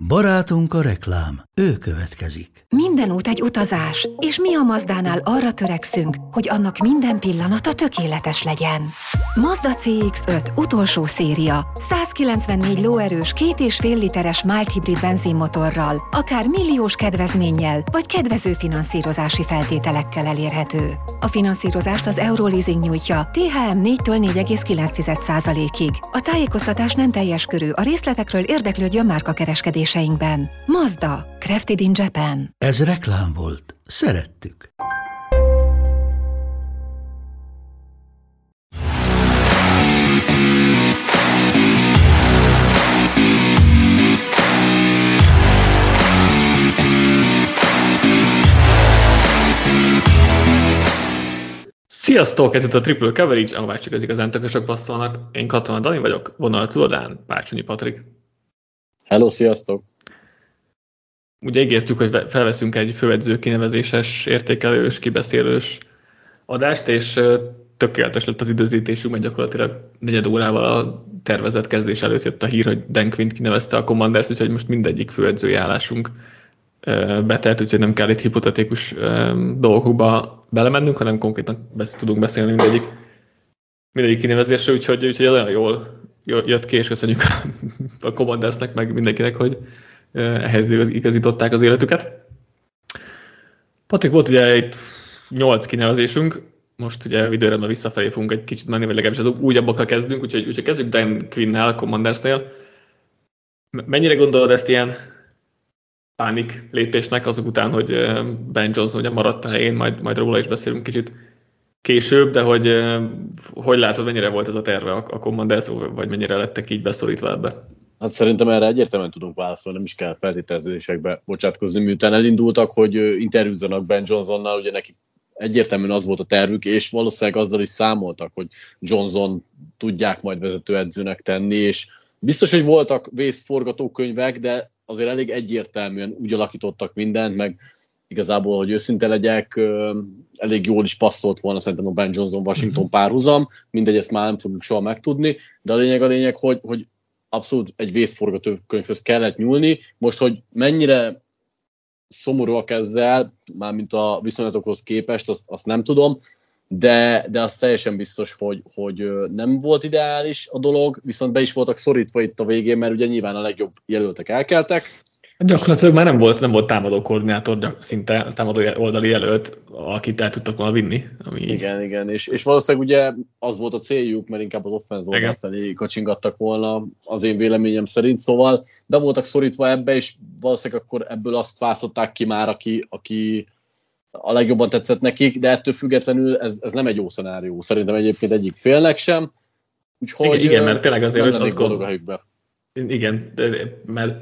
Barátunk a reklám, ő következik. Minden út egy utazás, és mi a Mazdánál arra törekszünk, hogy annak minden pillanata tökéletes legyen. Mazda CX-5 utolsó széria, 194 lóerős 2,5 literes mild hibrid benzinmotorral, akár milliós kedvezménnyel, vagy kedvező finanszírozási feltételekkel elérhető. A finanszírozást az Euroleasing nyújtja, THM 4-től 4,9%-ig. A tájékoztatás nem teljes körű, a részletekről érdeklődjön márkakereskedéseinkben. Mazda, crafted in Japan. Ez reklám volt. Szerettük. Sziasztok! Ez itt a Triple Coverage, ahová csak az igazán tökösök passzolnak. Én Katona Dani vagyok, vonal túlodán Párcsonyi Patrik. Hello, sziasztok! Ugye ígértük, hogy felveszünk egy főedző kinevezéses, értékelős, kibeszélős adást, és tökéletes lett az időzítésünk, mert gyakorlatilag 4 órával a tervezett kezdés előtt jött a hír, hogy Dan Quinn kinevezte a Commanders, úgyhogy most mindegyik főedzői állásunk betelt, úgyhogy nem kell itt hipotetikus dolgokba belemennünk, hanem konkrétan tudunk beszélni mindegyik kinevezésről, úgyhogy olyan jól jött ki, és köszönjük a Commandersnek, meg mindenkinek, hogy ehhez igazították az életüket. Patrik, volt ugye itt 8 kinevezésünk, most ugye időrendben visszafelé fogunk egy kicsit menni, vagy legalábbis az újabbakkal kezdünk, úgyhogy kezdjük Dan Quinn-nel, a Commandersnél. Mennyire gondolod ezt ilyen pánik lépésnek azok után, hogy Ben Johnson ugye maradt a helyén, majd róla is beszélünk kicsit később, de hogy látod, mennyire volt ez a terve a Commanders, vagy mennyire lettek így beszorítva ebbe? Hát szerintem erre egyértelműen tudunk válaszolni, nem is kell feltételezésekbe bocsátkozni, miután elindultak, hogy interjúzzanak Ben Johnsonnal, ugye nekik egyértelműen az volt a tervük, és valószínűleg azzal is számoltak, hogy Johnson tudják majd vezetőedzőnek tenni, és biztos, hogy voltak vészforgatókönyvek, de azért elég egyértelműen úgy alakítottak mindent, meg igazából, hogy őszinte legyek, elég jól is passzolt volna szerintem a Ben Johnson-Washington párhuzam, mindegy, ezt már nem fogjuk soha megtudni, de a lényeg, hogy abszolút egy vészforgatókönyvhöz kellett nyúlni. Most, hogy mennyire szomorúak ezzel, mármint a viszonylatokhoz képest, azt nem tudom, de az teljesen biztos, hogy nem volt ideális a dolog, viszont be is voltak szorítva itt a végén, mert ugye nyilván a legjobb jelöltek elkeltek. Gyakorlatilag már nem volt támadó koordinátor, szinte támadó oldali jelölt, akit el tudtak volna vinni. Igen, és valószínűleg ugye az volt a céljuk, mert inkább az offense oldal felé kacsingattak volna, az én véleményem szerint, szóval be voltak szorítva ebbe, és valószínűleg akkor ebből azt választották ki már, aki a legjobban tetszett nekik, de ettől függetlenül ez nem egy jó szenárió. Szerintem egyébként egyik félnek sem. Úgyhogy igen, mert tényleg azért nem lennék boldog a helyükbe. Igen, mert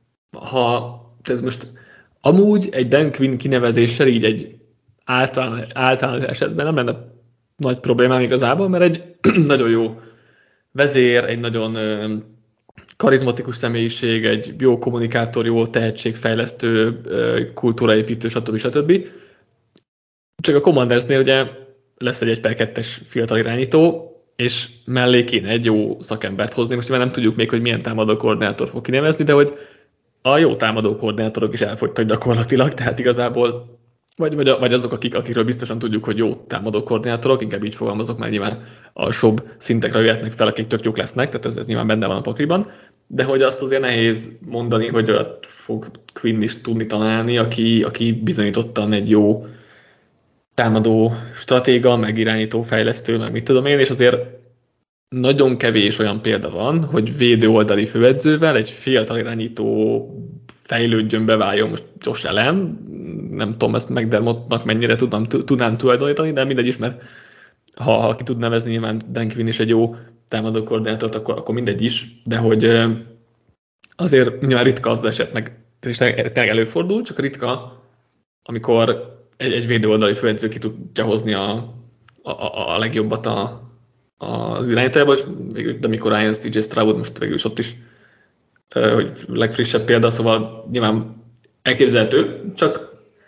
tehát most amúgy egy Dan Quinn kinevezéssel így egy általános esetben nem lenne nagy problémám igazából, mert egy nagyon jó vezér, egy nagyon karizmatikus személyiség, egy jó kommunikátor, jó tehetségfejlesztő, kultúraépítő, stb. Csak a Commandersnél ugye lesz egy 1/2-es fiatal irányító, és mellé kéne egy jó szakembert hozni. Most nem tudjuk még, hogy milyen támadó koordinátort fog kinevezni, de hogy a jó támadó koordinátorok is elfogytak gyakorlatilag, tehát igazából vagy azok, akikről biztosan tudjuk, hogy jó támadó koordinátorok, inkább így fogalmazok, mert nyilván alsóbb szintekre jöhetnek fel, akik tök jók lesznek, tehát ez nyilván benne van a pakliban, de hogy azt azért nehéz mondani, hogy olyat fog Quinn is tudni találni, aki bizonyítottan egy jó támadó stratéga, meg irányító, fejlesztő, meg mit tudom én, és azért nagyon kevés olyan példa van, hogy védő oldali főedzővel egy fiatal irányító fejlődjön, beváljon, most Josh Allen, nem tudom ezt McDermottnak mennyire tudnám tulajdonítani, de mindegy is, mert ha ki tud nevezni, nyilván Dan Quinn is egy jó támadó koordinátort, akkor mindegy is, de hogy azért nyilván ritka az esetnek, és tényleg előfordul, csak ritka, amikor egy védő oldali főedző ki tudja hozni a legjobbat az irányítójából, de mikor Ryan CJ Stroud most végül is ott is, hogy legfrissebb példa, szóval nyilván elképzelhető, csak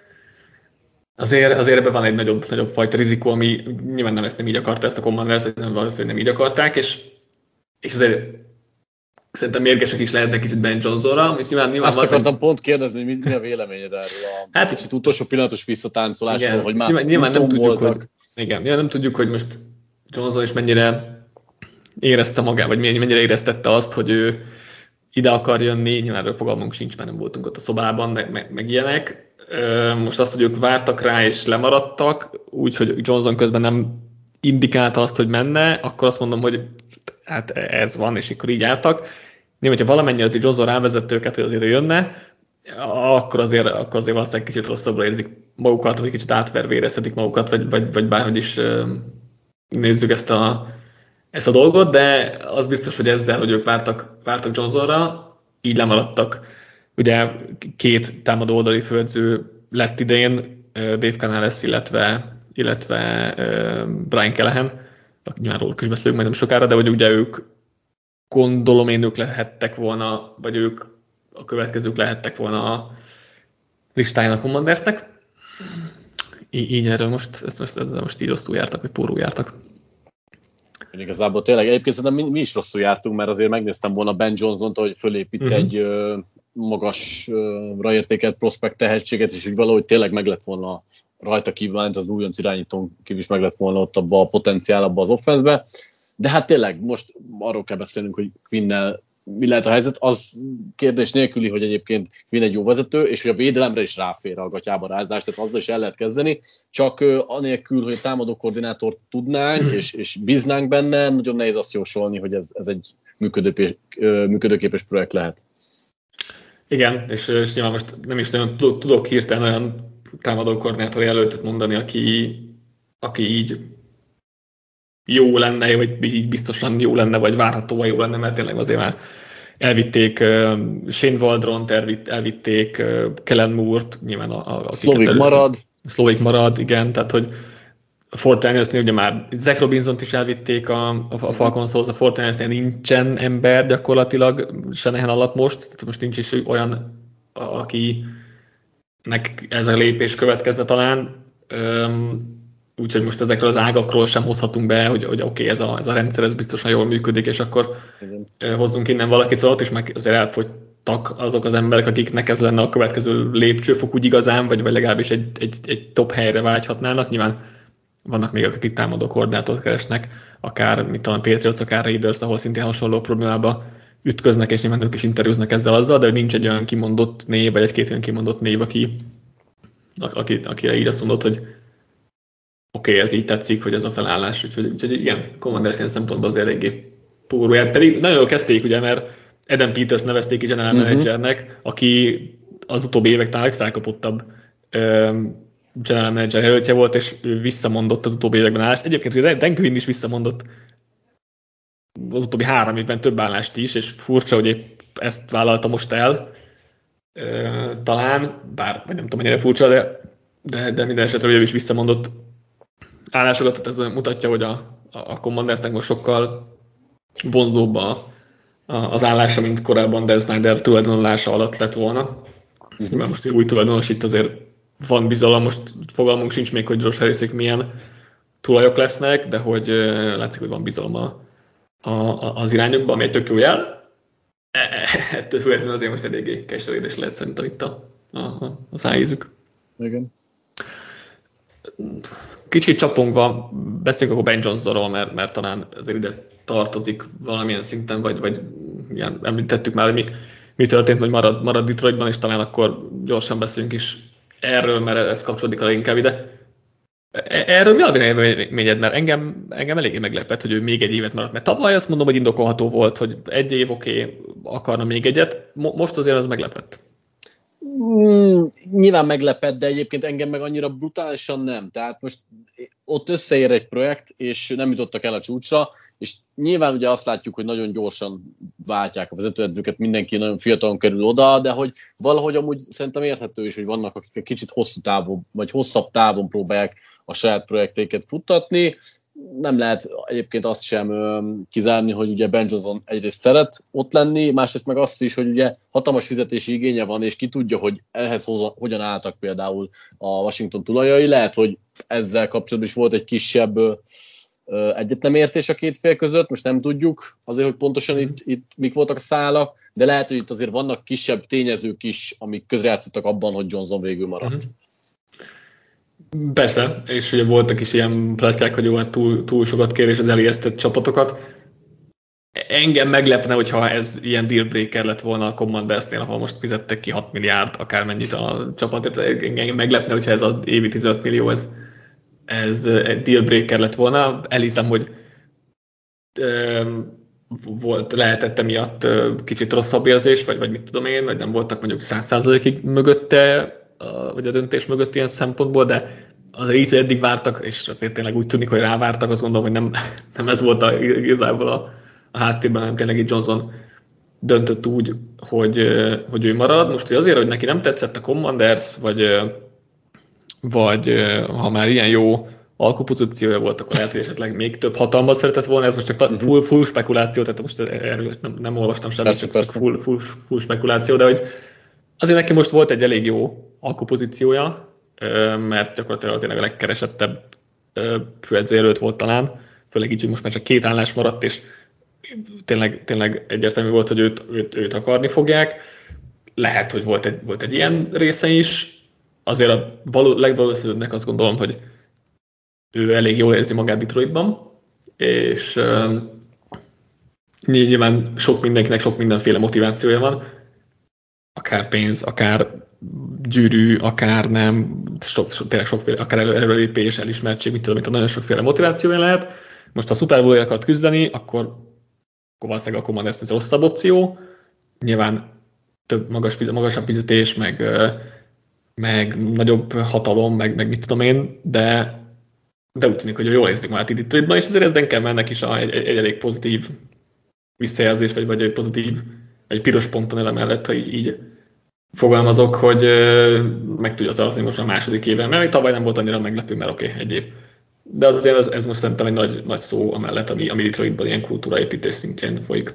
azért ebben van egy nagyobb fajta rizikó, ami nyilván nem így akarta ezt a Commanders, vagy nem valószínűleg nem így akarták, és azért szerintem mérgesek is lehetnek kicsit Ben Johnsonra. És nyilván azt akartam pont kérdezni, hogy mi a véleményed erről a kicsit utolsó pillanatos visszatáncolásról, hogy már nyilván nem tudjuk, nem tudjuk, hogy most Johnson is mennyire érezte magát, vagy mennyire éreztette azt, hogy ő ide akar jönni, nyilván erről fogalmunk sincs, mert nem voltunk ott a szobában, meg ilyenek. Most azt, hogy ők vártak rá és lemaradtak, úgyhogy Johnson közben nem indikálta azt, hogy menne, akkor azt mondom, hogy hát ez van, és akkor így jártak. Nyilván, hogyha valamennyire azért Johnson rávezette őket, hogy azért jönne, akkor azért valószínűleg kicsit rosszabbra érzik magukat, vagy kicsit átvervérezhetik magukat, vagy bárhogy is nézzük ezt a dolgot, de az biztos, hogy ezzel, hogy ők vártak Johnsonra, így lemaradtak. Ugye 2 támadó oldali főedző lett idén, Dave Canales, illetve Brian Callahan, nyilván róluk is beszélünk majd nem sokára, de hogy ugye ők, gondolom én, ők lehettek volna, vagy ők a következők lehettek volna a listáján a Commandersnek. Így erről most így rosszul jártak, vagy pórul jártak. Igazából tényleg, egyébként szerintem mi is rosszul jártunk, mert azért megnéztem volna Ben Johnson-t, hogy fölépít egy magasra értékelt prospekt tehetséget, és úgy valahogy tényleg meg lett volna rajta kívül, az újonc irányítón kívül is meg lett volna ott abba a potenciál abba az offenszbe. De hát tényleg most arról kell beszélnünk, hogy Quinnel mi lehet a helyzet, az kérdés nélküli, hogy egyébként Quinn egy jó vezető, és hogy a védelemre is ráfér a gatyába rázás, tehát azzal is el lehet kezdeni, csak anélkül, hogy támadó koordinátort tudnánk, és bíznánk benne, nagyon nehéz azt jósolni, hogy ez egy működőképes projekt lehet. Igen, és nyilván most nem is nagyon tudok hirtelen olyan támadó koordinátor jelöltet mondani, aki így jó lenne, vagy így biztosan jó lenne, vagy várhatóan jó lenne, mert tényleg azért már elvitték Shane Waldront, elvitték Kellen Moore-t, nyilván Szlovik marad, igen, tehát hogy a Fortiners-nél ugye már Zach Robinsont is elvitték a Falconshoz, a Fortiners-nél nincsen ember gyakorlatilag Shanahan alatt most, tehát most nincs is olyan, akinek ez a lépés következne talán. Úgyhogy most ezekről az ágakról sem hozhatunk be, hogy oké, ez a rendszer ez biztosan jól működik, és akkor hozzunk innen valakit, szóval ott is meg azért elfogytak azok az emberek, akiknek ez lenne a következő lépcsőfok úgy igazán, vagy legalábbis egy top helyre vágyhatnának. Nyilván vannak még akik támadó koordinátort keresnek, akár mit tudom, Patriots, akár Raiders, ahol szintén hasonló problémába ütköznek, és nyilván ők is interjúznak ezzel azzal, de nincs egy olyan kimondott név, vagy 1-2 olyan kimondott név, akire így azt mondott, hogy oké, ez így tetszik, hogy ez a felállás, úgyhogy igen, Commanders ilyen szempontból azért eléggé póró. Pedig nagyon jól kezdték, ugye, mert Adam Peters nevezték ki general managernek, aki az utóbbi évek talán legfelkapottabb general manager jelöltje volt, és ő visszamondott az utóbbi években állást. Egyébként Dan Quinn is visszamondott az utóbbi 3 évben több állást is, és furcsa, hogy épp ezt vállalta most el talán, bár vagy nem tudom, mennyire furcsa, de minden esetre ő is visszamondott állásokat, tehát ez mutatja, hogy a Commandersnek most sokkal vonzóbb az állása, mint korábban Dan Snyder tulajdonolása alatt lett volna. Mert most új tulajdonos, itt azért van bizalom, most fogalmunk sincs még, hogy Josh Harrisék milyen tulajok lesznek, de hogy látszik, hogy van bizalom az irányokban, ami egy tök jó jel. Ettől függetlenül azért most eléggé keserűs lehet szerintem itt a szájízük. Igen. Kicsit csapongva beszéljünk akkor Ben Johnsonról, mert talán azért ide tartozik valamilyen szinten, vagy ilyen, említettük már, hogy mi történt, hogy marad Detroitban, és talán akkor gyorsan beszéljünk is erről, mert ez kapcsolódik a leginkább ide. Erről mi a véleményed? Mert engem eléggé meglepett, hogy ő még egy évet maradt, mert tavaly azt mondom, hogy indokolható volt, hogy egy év oké, akarna még egyet, most azért az meglepett. Nyilván meglepett, de egyébként engem meg annyira brutálisan nem. Tehát most ott összeér egy projekt, és nem jutottak el a csúcsra, és nyilván ugye azt látjuk, hogy nagyon gyorsan váltják a vezetőedzőket, mindenki nagyon fiatalon kerül oda, de hogy valahogy amúgy szerintem érthető is, hogy vannak, akik egy kicsit hosszú távon, vagy hosszabb távon próbálják a saját projekteiket futtatni. Nem lehet egyébként azt sem kizárni, hogy ugye Ben Johnson egyrészt szeret ott lenni, másrészt meg azt is, hogy ugye hatalmas fizetési igénye van, és ki tudja, hogy ehhez hogyan álltak például a Washington tulajai. Lehet, hogy ezzel kapcsolatban is volt egy kisebb egyet nem értés a két fél között, most nem tudjuk azért, hogy pontosan itt mik voltak a szálak, de lehet, hogy itt azért vannak kisebb tényezők is, amik közrejátszottak abban, hogy Johnson végül maradt. Persze, és ugye voltak is ilyen pletykák, hogy jó, hát túl sokat kér és az elijesztett csapatokat. Engem meglepne, hogyha ez ilyen dealbreaker lett volna a Commandersnél, ahol most fizettek ki 6 milliárd akármennyit a csapatért. Engem meglepne, hogyha ez az évi 15 millió, ez egy dealbreaker lett volna. Elhiszem, hogy lehetett emiatt kicsit rosszabb érzés, vagy mit tudom én, vagy nem voltak mondjuk 100%-ig mögötte, vagy a döntés mögött ilyen szempontból, de azért így, hogy eddig vártak, és azért tényleg úgy tűnik, hogy rávártak, azt gondolom, hogy nem ez volt igazából a háttérben, hanem tényleg így Johnson döntött úgy, hogy ő marad. Most, hogy azért, hogy neki nem tetszett a Commanders, vagy ha már ilyen jó alkupozíciója volt, akkor lehet, hogy esetleg még több hatalmat szeretett volna. Ez most csak full spekuláció, tehát most erről nem olvastam semmit, csak full spekuláció, de hogy azért neki most volt egy elég jó alkupozíciója, mert gyakorlatilag tényleg a legkeresettebb főedzőjelölt volt talán, főleg így, hogy most már csak 2 állás maradt, és tényleg egyértelmű volt, hogy őt akarni fogják. Lehet, hogy volt egy ilyen része is. Azért a legvalószínűbbnek azt gondolom, hogy ő elég jól érzi magát Detroitban, és nyilván sok mindenkinek sok mindenféle motivációja van, akár pénz, akár gyűrű, akár nem, tényleg sokféle, akár előrelépés, elismertség, mit tudom, nagyon sokféle motivációja lehet. Most ha a Super Bowl-ért akart küzdeni, akkor valószínűleg a Commanders ez rosszabb opció. Nyilván több magasabb fizetés, meg nagyobb hatalom, meg mit tudom én, de úgy tűnik, hogy jól érzik már itt Detroitban, és ezért ez Denkermannek is egy elég pozitív visszajelzés, vagy egy pozitív, egy piros ponton elem mellett, ha így fogalmazok, hogy meg tudja tartani most a második éven, mert még tavaly nem volt annyira meglepő, mert oké, egy év. De azért ez most szerintem egy nagy szó amellett, ami Detroitban ilyen kultúraépítés szintjén folyik.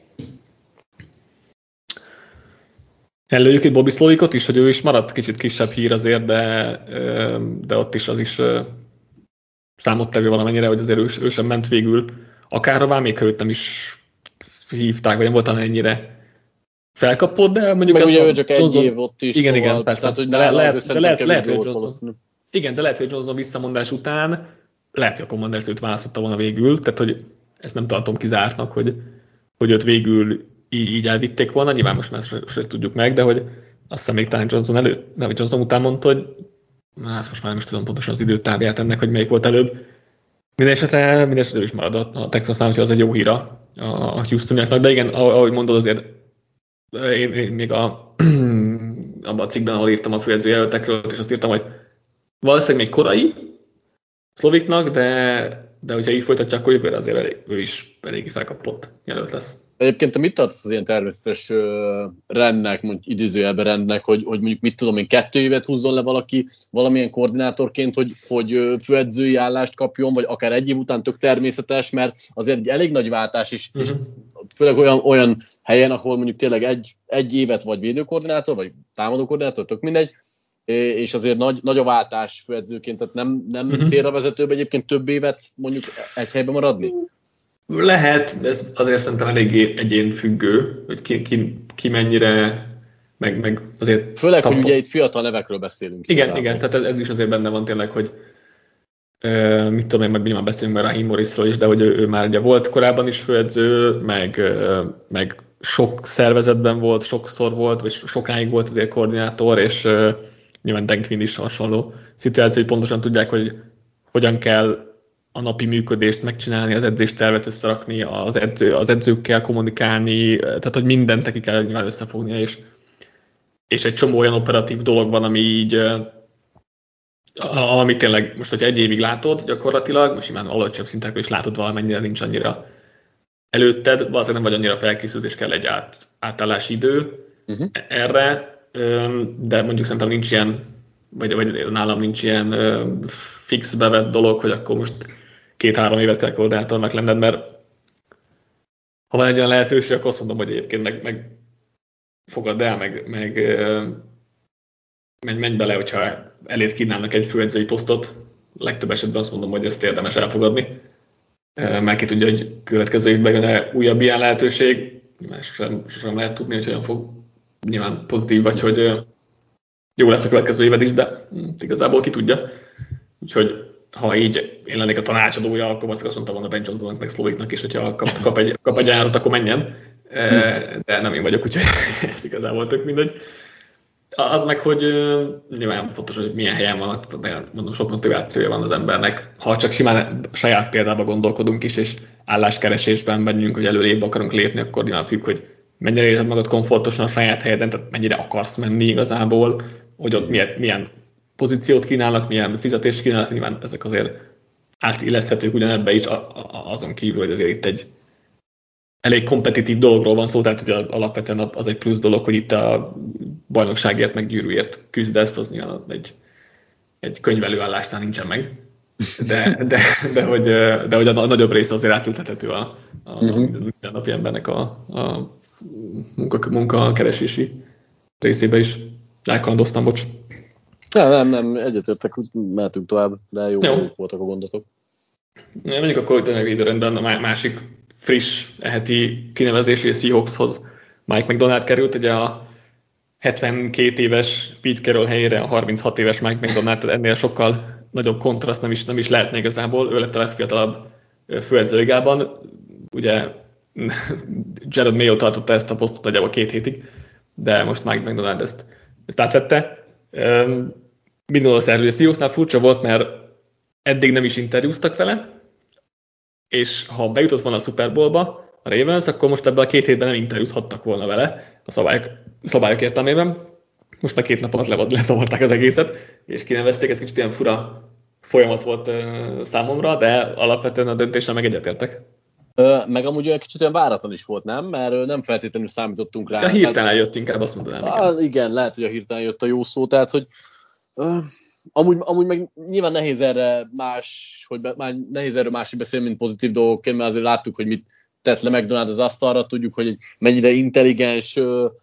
Előjük itt Bobby Slovikot is, hogy ő is maradt kicsit kisebb hír azért, de ott is az is számottevő valamennyire, hogy azért ő sem ment végül akárhová, még ha őt nem is hívták, vagy nem volt ennyire felkapott, de mondjuk... Meg ugye ő csak egy év ott is. Igen, persze. Tehát, hogy lehet, hogy Johnson visszamondás után lehet, hogy a Commanders őt választotta volna végül, tehát hogy ezt nem tartom kizártnak, hogy őt végül így elvitték volna, nyilván most már sem tudjuk meg, de hogy azt hiszem még talán Johnson után mondta, hogy ezt most már nem is tudom pontosan az időtávját ennek, hogy melyik volt előbb. Mindenesetre ő is maradott a Texasnál, hogy az egy jó híra a Houstoniaknak, de igen, ahogy mondod, azért én még abban a cikkben, ahol írtam a főedző jelöltekről, és azt írtam, hogy valószínűleg még korai Sloviknak, de hogyha így folytatja, akkor jövőre azért ő is eléggé felkapott jelölt lesz. Egyébként te mit tartasz az ilyen természetes rendnek, mondjuk idézőjelben rendnek, hogy mondjuk mit tudom én, 2 évet húzzon le valaki valamilyen koordinátorként, hogy főedzői állást kapjon, vagy akár 1 év után tök természetes, mert azért egy elég nagy váltás is, és főleg olyan helyen, ahol mondjuk tényleg egy évet vagy védőkoordinátor, vagy támadókoordinátor, tök mindegy, és azért nagy a váltás főedzőként, tehát nem célravezetőbb egyébként több évet mondjuk egy helyben maradni? Lehet, ez azért szerintem eléggé egyénfüggő, hogy ki mennyire, meg azért... Főleg, hogy ugye itt fiatal nevekről beszélünk. Igen, tehát ez is azért benne van tényleg, hogy mit tudom én, meg nyilván beszélünk már Raheem Morrisról is, de hogy ő már ugye volt korábban is főedző, meg sok szervezetben volt, sokszor volt, vagy sokáig volt azért koordinátor, és nyilván Dan Quinn is hasonló szituáció, hogy pontosan tudják, hogy hogyan kell a napi működést megcsinálni, az edzéstervet összerakni, az edzőkkel kommunikálni, tehát hogy mindent neki kell nyilván összefognia, és egy csomó olyan operatív dolog van, ami tényleg most, hogyha 1 évig látod gyakorlatilag, most simán alacsonyabb szintekről is látod valamennyire, nincs annyira előtted, valószínűleg nem vagy annyira felkészült, és kell egy átállási idő erre, de mondjuk szerintem nincs ilyen, vagy nálam nincs ilyen fix bevett dolog, hogy akkor most 2-3 évet kell koordinátornak lenned, mert ha van egy olyan lehetőség, akkor azt mondom, hogy egyébként meg fogadd el, meg menj bele, hogyha elét kínálnak egy főedzői posztot, legtöbb esetben azt mondom, hogy ezt érdemes elfogadni, Már ki tudja, hogy következő évben jön újabb ilyen lehetőség, sosem lehet tudni, hogy olyan fog nyilván pozitív, vagy hogy jó lesz a következő éved is, de igazából ki tudja. Úgyhogy ha így én lennék a tanácsadója, akkor azt mondtam volna Ben Johnsonnak, meg Szloviknak is, hogyha kap egy ajánlatot, akkor menjen. De nem én vagyok, úgyhogy ez igazából tök mindegy. Az meg, hogy nyilván fontos, hogy milyen helyen van, mondom, sok motivációja van az embernek. Ha csak simán saját példába gondolkodunk is, és álláskeresésben megyünk, hogy előrébb akarunk lépni, akkor nyilván függ, hogy mennyire érzed magad komfortosan a saját helyeden, tehát mennyire akarsz menni igazából, hogy ott milyen pozíciót kínálnak, milyen fizetést kínálnak, nyilván ezek azért átilleszthetők ugyanebbe is, azon kívül, hogy azért itt egy elég kompetitív dologról van szó, tehát hogy alapvetően az egy plusz dolog, hogy itt a bajnokságért, meg gyűrűért küzdesz, az nyilván egy könyvelőállásnál nincsen meg. De hogy a nagyobb része azért átültethető a mindennapi embernek a munkakeresési részébe is. Elkalandoztam, bocs. Nem, egyetértek, úgy mehetünk tovább, de jó voltak a gondolatok. Mondjuk akkor tényleg időrendben a másik friss heti kinevezési Seahawkshoz Mike McDonald került, ugye a 72 éves Pete Carroll helyére a 36 éves Mike McDonald, tehát ennél sokkal nagyobb kontraszt nem is lehetne igazából. Ő lett a legfiatalabb főedzőigában. Ugye Jared Mayo tartotta ezt a posztot nagyjából 2 hétig, de most Mike McDonald ezt átvette. Mit gondolsz erről, hogy a Seahawksnál furcsa volt, mert eddig nem is interjúztak vele, és ha bejutott volna a Super Bowlba a Ravens, akkor most ebben a 2 hétben nem interjúzhattak volna vele a szabályok értelmében. Most a 2 nap alatt leszavarták az egészet, és kinevezték, ez kicsit ilyen fura folyamat volt számomra, de alapvetően a döntésre meg egyetértek. Meg amúgy olyan kicsit olyan váratlan is volt, nem? Mert nem feltétlenül számítottunk rá. A hirtelen jött, inkább azt mondanám. Igen, lehet, hogy a hirtelen jött a jó szó, tehát hogy amúgy meg nyilván nehéz erről máshogy beszélni, mint pozitív dolgokként, mert azért láttuk, hogy mit tett le McDonald az asztalra, tudjuk, hogy mennyire intelligens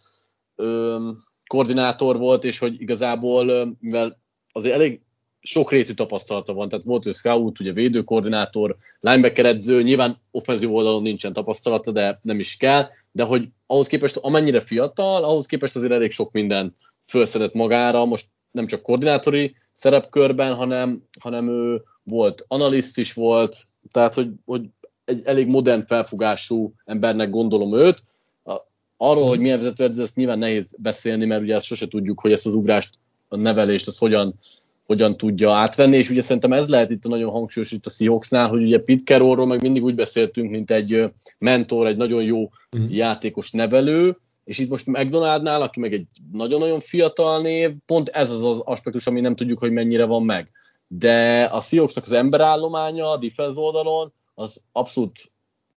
koordinátor volt, és hogy igazából, mivel azért elég sokrétű tapasztalata van, tehát volt ő scout, ugye védőkoordinátor, linebacker edző, nyilván offenzív oldalon nincsen tapasztalata, de nem is kell, de hogy ahhoz képest, amennyire fiatal, ahhoz képest azért elég sok minden felszedett magára, most nem csak koordinátori szerepkörben, hanem ő volt analiszt is volt, tehát hogy egy elég modern felfogású embernek gondolom őt. Arról, hogy milyen vezetőedző, ezt nyilván nehéz beszélni, mert ugye sose tudjuk, hogy ezt az ugrást, a nevelést, az hogyan tudja átvenni, és ugye szerintem ez lehet itt a nagyon hangsúlyos itt a Seahawksnál, hogy ugye Pete Carrollról meg mindig úgy beszéltünk, mint egy mentor, egy nagyon jó játékos nevelő, és itt most McDonaldnál, aki meg egy nagyon-nagyon fiatal név, pont ez az az aspektus, ami nem tudjuk, hogy mennyire van meg. De a Seahawksnak az emberállománya a defense oldalon, az abszolút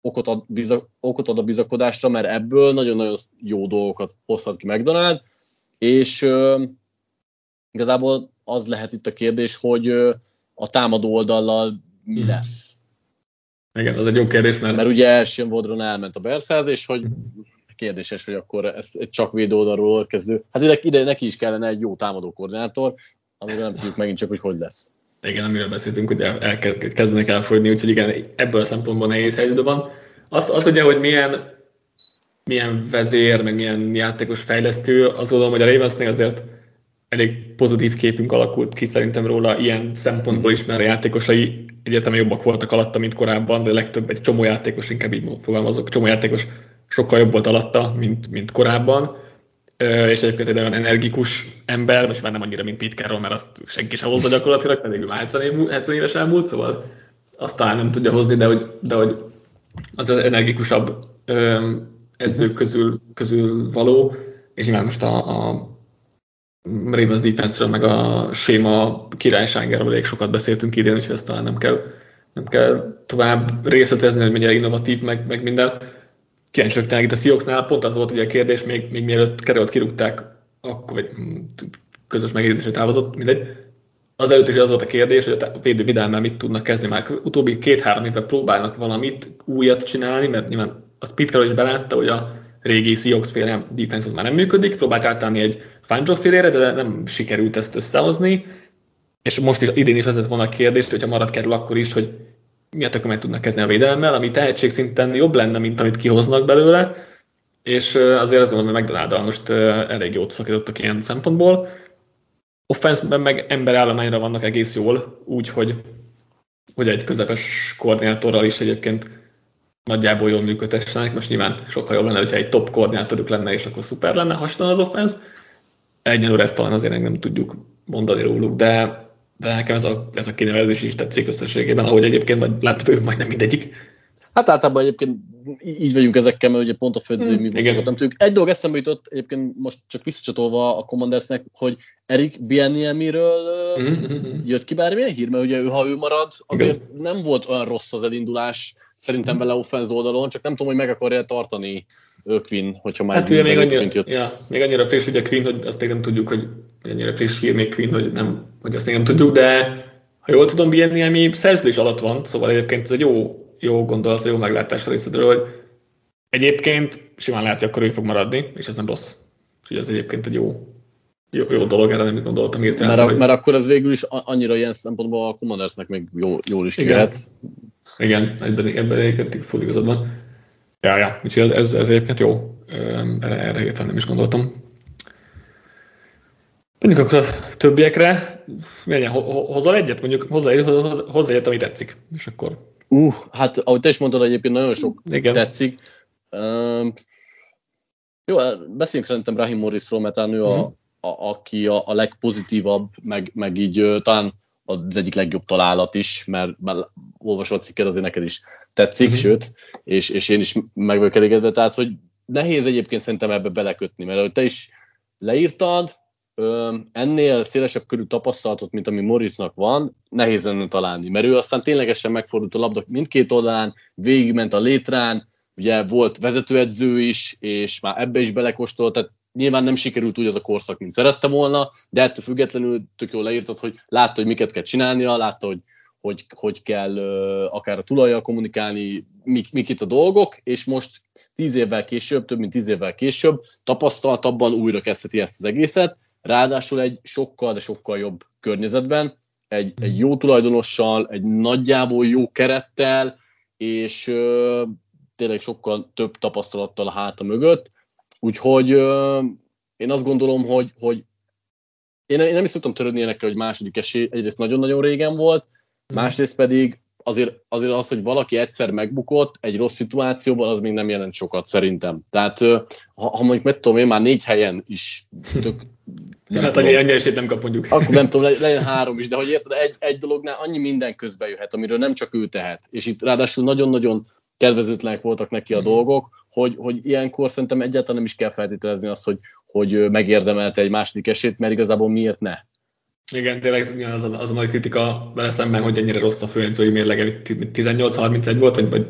okot ad a bizakodásra, mert ebből nagyon-nagyon jó dolgokat hozhat ki McDonald, és igazából az lehet itt a kérdés, hogy a támadó oldallal mi lesz. Igen, az egy jó kérdés, mert ugye Sean Wadron elment a Bearshez, és hogy kérdéses, hogy akkor ez egy csak védő oldalról kezdő. Hát ide neki is kellene egy jó támadó koordinátor, amivel nem tudjuk megint csak, hogy lesz. Igen, amiről beszéltünk, hogy kezdenek elfogyni, úgyhogy igen, ebből a szempontból nehéz helyzetben van. Az ugye, hogy milyen vezér, meg milyen játékos fejlesztő, azt gondolom, hogy a Ravensnél azért elég pozitív képünk alakult ki szerintem róla ilyen szempontból is, mert a játékosai egyértelműen jobbak voltak alatta, mint korábban, de legtöbb egy csomó játékos, inkább így fogalmazok, csomó játékos sokkal jobb volt alatta, mint korábban, és egyébként egy olyan energikus ember, most már nem annyira, mint Pete Carroll, mert azt senki sem hozza gyakorlatilag, pedig ő már 70 éves elmúlt, szóval azt talán nem tudja hozni, de hogy az energikusabb edzők közül való, és nyilván most a Ravens defense-ről, meg a séma királyságáról elég sokat beszéltünk idén, úgyhogy ezt talán nem kell tovább részletezni, hogy mennyire innovatív, meg minden. Kíváncsi vagyok tényleg itt a Seahawksnál, pont az volt ugye a kérdés, még mielőtt Carrollt kirúgták, akkor vagy közös megjegyzésre távozott, mindegy. Azelőtt is az volt a kérdés, hogy a védővédelemmel mit tudnak kezdeni, már utóbbi 2-3 évben próbálnak valamit újat csinálni, mert nyilván azt Pete Carroll is belátta, hogy a régi Seahawks féle defense az már nem működik, próbált átállni egy Fangio félére, de nem sikerült ezt összehozni, és most is, idén is vezetett volna a kérdés, hogyha marad Carroll akkor is, hogy mi a tökömet tudnak kezdeni a védelemmel, ami tehetségszinten jobb lenne, mint amit kihoznak belőle, és azért azt gondolom, hogy McDonald most elég jót szakítottak ilyen szempontból. Offenszben meg emberállományra vannak egész jól, úgyhogy egy közepes koordinátorral is egyébként nagyjából jól működhessenek. Most nyilván sokkal jobb lenne, hogyha egy top koordinátoruk lenne, és akkor szuper lenne, hasonlóan az offensz. Egyenlőre ezt talán azért nem tudjuk mondani róluk, de nekem ez a kinevezés is tetszik összességében, ahogy egyébként látható, majdnem mindegyik. Hát általában egyébként így vagyunk ezekkel, mert ugye pont a főedzői mi voltakat nem tudjuk. Egy dolog eszembe jutott, egyébként most csak visszacsatolva a Commandersnek, hogy Eric Bieniemiről jött ki bármilyen hír, mert ugye ha ő marad, azért nem volt olyan rossz az elindulás szerintem vele offenz oldalon, csak nem tudom, hogy meg akarja tartani Quinn, hogyha már ugye még annyira friss ugye Quinn, hogy azt még nem tudjuk, hogy annyira friss hír még Quinn, hogy azt még nem tudjuk, de ha jól tudom, Bieniemi szerződés alatt van, szóval egyébként ez egy jó gondolat, jó meglátás a részedről, hogy egyébként simán lehet, hogy akkor ő fog maradni, és ez nem rossz. Úgyhogy ez egyébként egy jó dolog, erre nem gondoltam hirtelen. Mert akkor ez végül is annyira ilyen szempontból a Commandersnek még jól is kijöhet. Igen, ebben egyébként full igazad van. Ja, úgyhogy ez egyébként jó. Erre hirtelen nem is gondoltam. Mondjuk akkor a többiekre, hozol egyet? Mondjuk hozzá egyet, ami tetszik. És akkor... Hát ahogy te is mondtad, egyébként nagyon sok tetszik. Jó, beszéljünk szerintem Raheem Morrisról, mert talán ő aki a legpozitívabb, meg így talán az egyik legjobb találat is, mert olvasva a cikket azért neked is tetszik, sőt, és én is meg vagyok elégedve, tehát hogy nehéz egyébként szerintem ebbe belekötni, mert ahogy te is leírtad, ennél szélesebb körű tapasztalatot, mint ami Morrisnak van, nehéz lenne találni, mert ő aztán ténylegesen megfordult a labda mindkét oldalán, végigment a létrán, ugye volt vezetőedző is, és már ebbe is belekóstolt, tehát nyilván nem sikerült úgy az a korszak, mint szerette volna, de ettől függetlenül tök jól leírtad, hogy látta, hogy miket kell csinálnia, látta, hogy kell akár a tulajjal kommunikálni, mik itt a dolgok, és most 10 évvel később, több mint 10 évvel később tapasztaltabban újra kezdheti ezt az egészet, ráadásul egy sokkal, de sokkal jobb környezetben, egy jó tulajdonossal, egy nagyjából jó kerettel, és tényleg sokkal több tapasztalattal a háta mögött. Úgyhogy én azt gondolom, hogy én nem is szoktam törődni ilyenekkel, hogy második esély, egyrészt nagyon-nagyon régen volt, másrészt pedig azért az, hogy valaki egyszer megbukott egy rossz szituációban, az még nem jelent sokat szerintem. Tehát ha mondjuk meg tudom én már 4 helyen is hát annyi esélyt nem kap mondjuk. Akkor nem tudom, legyen 3 is, de hogy érted, egy dolognál annyi minden közbe jöhet, amiről nem csak ő tehet. És itt ráadásul nagyon-nagyon kedvezőtlenek voltak neki a dolgok, hogy ilyenkor szerintem egyáltalán nem is kell feltételezni azt, hogy megérdemelte egy második esélyt, mert igazából miért ne? Igen, tényleg az a nagy kritika vele szemben, hogy ennyire rossz a főedzői mérlege, 18-31 volt, vagy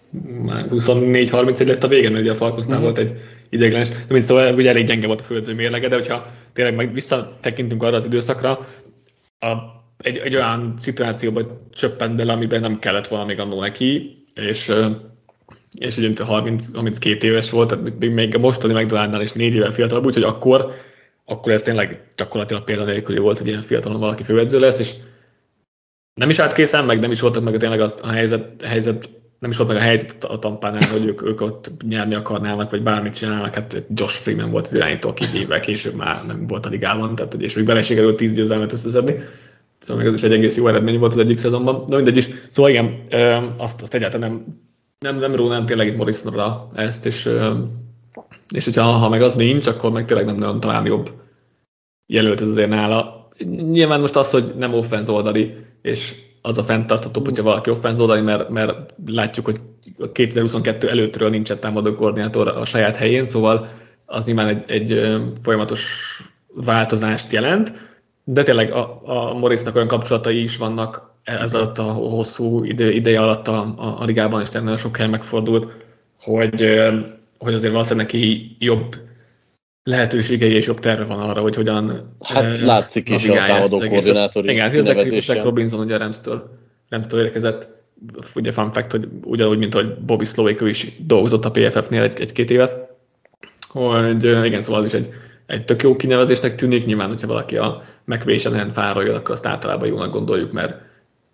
24-31 lett a vége, mert ugye a Falconsnál volt egy ideiglenes, de mint szóval ugye elég gyenge volt a főedzői mérlege, de hogyha tényleg meg visszatekintünk arra az időszakra, egy olyan szituációba csöppent bele, amiben nem kellett volna még annól neki, és ugye 32 éves volt, tehát még a mostani McDonaldnál is 4 évvel fiatalabb, úgyhogy akkor ez tényleg gyakorlatilag példanélküli volt, hogy ilyen fiatalon valaki főedző lesz, és nem is állt készen, meg nem is voltak meg tényleg a helyzet, nem is volt meg a helyzet a Tampánál, hogy ők ott nyerni akarnának, vagy bármit csinálnak, hát Josh Freeman volt az irányító, aki évvel később már nem volt a ligában, tehát, és még bele sikerült 10 győzelmet összeszedni, szóval még ez is egy egész jó eredmény volt az egyik szezonban, de mindegy is, szóval igen, azt egyáltalán nem rónám tényleg itt Morrisonra ezt, és hogyha meg az nincs, akkor meg tényleg nem nagyon talán jobb jelölt ez azért nála. Nyilván most az, hogy nem offenz oldali, és az a fenntarthatóbb, hogyha valaki offenz oldali, mert látjuk, hogy 2022 előttről nincsen támadó koordinátor a saját helyén, szóval az nyilván egy folyamatos változást jelent, de tényleg a Morrisnak olyan kapcsolatai is vannak ez alatt a hosszú ideje alatt a ligában, és nagyon sok helyen megfordult, hogy azért valószínűleg neki jobb lehetőségei és jobb terve van arra, hogy hogyan látszik is a támadó koordinátori kinevezésen. Zach Robinson ugye Ramstől érkezett, ugye fun fact, hogy ugyanúgy, mint hogy Bobby Slowik, ő is dolgozott a PFF-nél egy-két évet, hogy igen, szóval az is egy tök jó kinevezésnek tűnik, nyilván, hogyha valaki a McVay-sen fároljon, akkor azt általában jónak gondoljuk, mert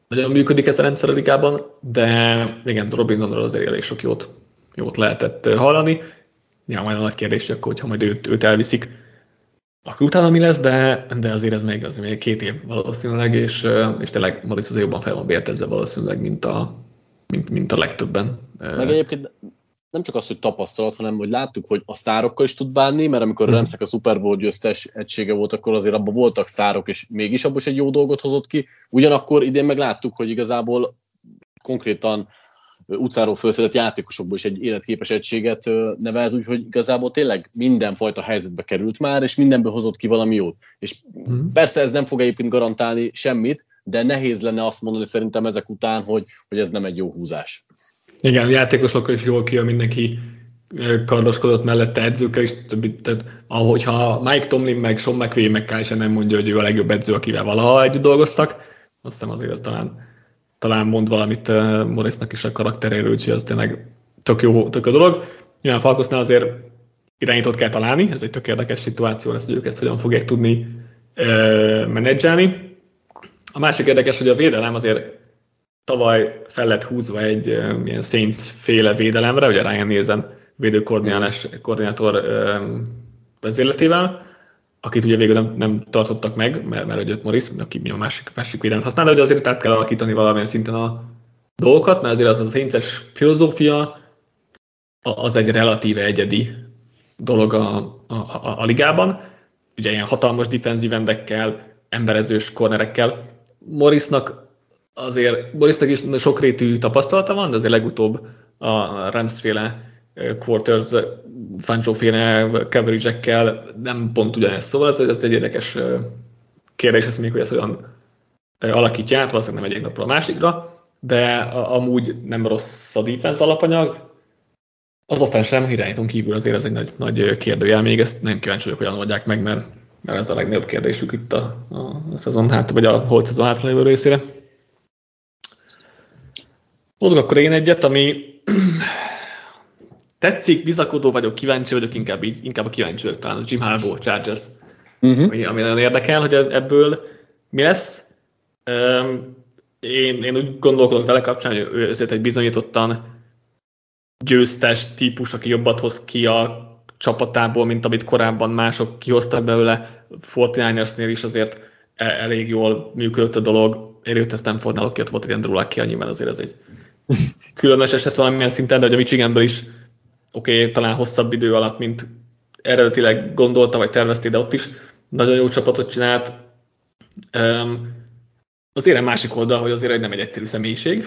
nagyon működik ez a rendszer a ligában, de igen, Robinsonról azért elég sok jót lehetett hallani. Ja, majd a nagy kérdés, hogy akkor, hogyha majd őt elviszik, akkor utána mi lesz, de azért ez még 2 év valószínűleg, és tényleg Morris azért jobban fel van vértezve valószínűleg, mint a legtöbben. Meg egyébként nem csak az, hogy tapasztalat, hanem hogy láttuk, hogy a sztárokkal is tud bánni, mert amikor a Ramsnek a Super Bowl győztes egysége volt, akkor azért abban voltak sztárok, és mégis abban is egy jó dolgot hozott ki. Ugyanakkor idén meg láttuk, hogy igazából konkrétan utcáról felszedett játékosokból is egy életképes egységet nevelt, úgyhogy igazából tényleg mindenfajta helyzetbe került már, és mindenből hozott ki valami jót. És persze ez nem fog egyébként garantálni semmit, de nehéz lenne azt mondani szerintem ezek után, hogy ez nem egy jó húzás. Igen, a játékosokkal is jól kijön, mindenki kardoskodott mellette, edzőkkel is, tehát ahogyha Mike Tomlin, meg Sean McVay, meg Kyle Shanahan nem mondja, hogy ő a legjobb edző, akivel valaha együtt dolgoztak, azt hiszem azért ez talán mond valamit Morrisnak is a karakteréről, úgyhogy az tényleg tök jó dolog. Nyilván Falconsnál azért irányítót kell találni, ez egy tök érdekes szituáció lesz, hogy ők ezt hogyan fogják tudni menedzselni. A másik érdekes, hogy a védelem azért tavaly fel lett húzva egy ilyen Saints-féle védelemre, ugye Ryan Nielsen védőkoordinátor vezérletével, akit ugye végül nem tartottak meg, mert jött Morris, aki a másik védelmet használ, de ugye azért át kell alakítani valamilyen szinten a dolgokat, mert azért az a Saints-es filozófia az egy relatíve egyedi dolog a ligában. Ugye ilyen hatalmas defenzív endekkel, emberezős cornerekkel. Morrisnak is sokrétű tapasztalata van, de azért legutóbb a Rams-féle quarters, Fangio-féle coverage-ekkel nem pont ugyanez. Szóval ez egy érdekes kérdés, ez még, hogy ez olyan alakítja át, valószínűleg nem egyik napról a másikra, de amúgy nem rossz a defense alapanyag. Az offense sem, irányíton kívül azért ez egy nagy kérdőjel, még ezt nem kíváncsi vagyok, hogyan oldják meg, mert ez a legnagyobb kérdésük itt a szezon vagy a holt szezon hátralévő részére. Hozok akkor én egyet, ami tetszik, bizakodó vagyok, kíváncsi vagyok, inkább a kíváncsi vagyok talán, a Jim Harbaugh Chargers, ami nagyon érdekel, hogy ebből mi lesz. Én úgy gondolkodok vele kapcsán, hogy ő azért egy bizonyítottan győztes típus, aki jobbat hoz ki a csapatából, mint amit korábban mások kihoztak belőle. 49ersnél is azért elég jól működött a dolog. Érjött ezt Stanfordnál, ott volt egy Andrew Luck, nyilván azért ez egy különös eset valamilyen szinten, de hogy a Michiganből is talán hosszabb idő alatt, mint eredetileg gondolta, vagy tervezték, de ott is nagyon jó csapatot csinált. Az érem másik oldal, hogy azért nem egy egyszerű személyiség,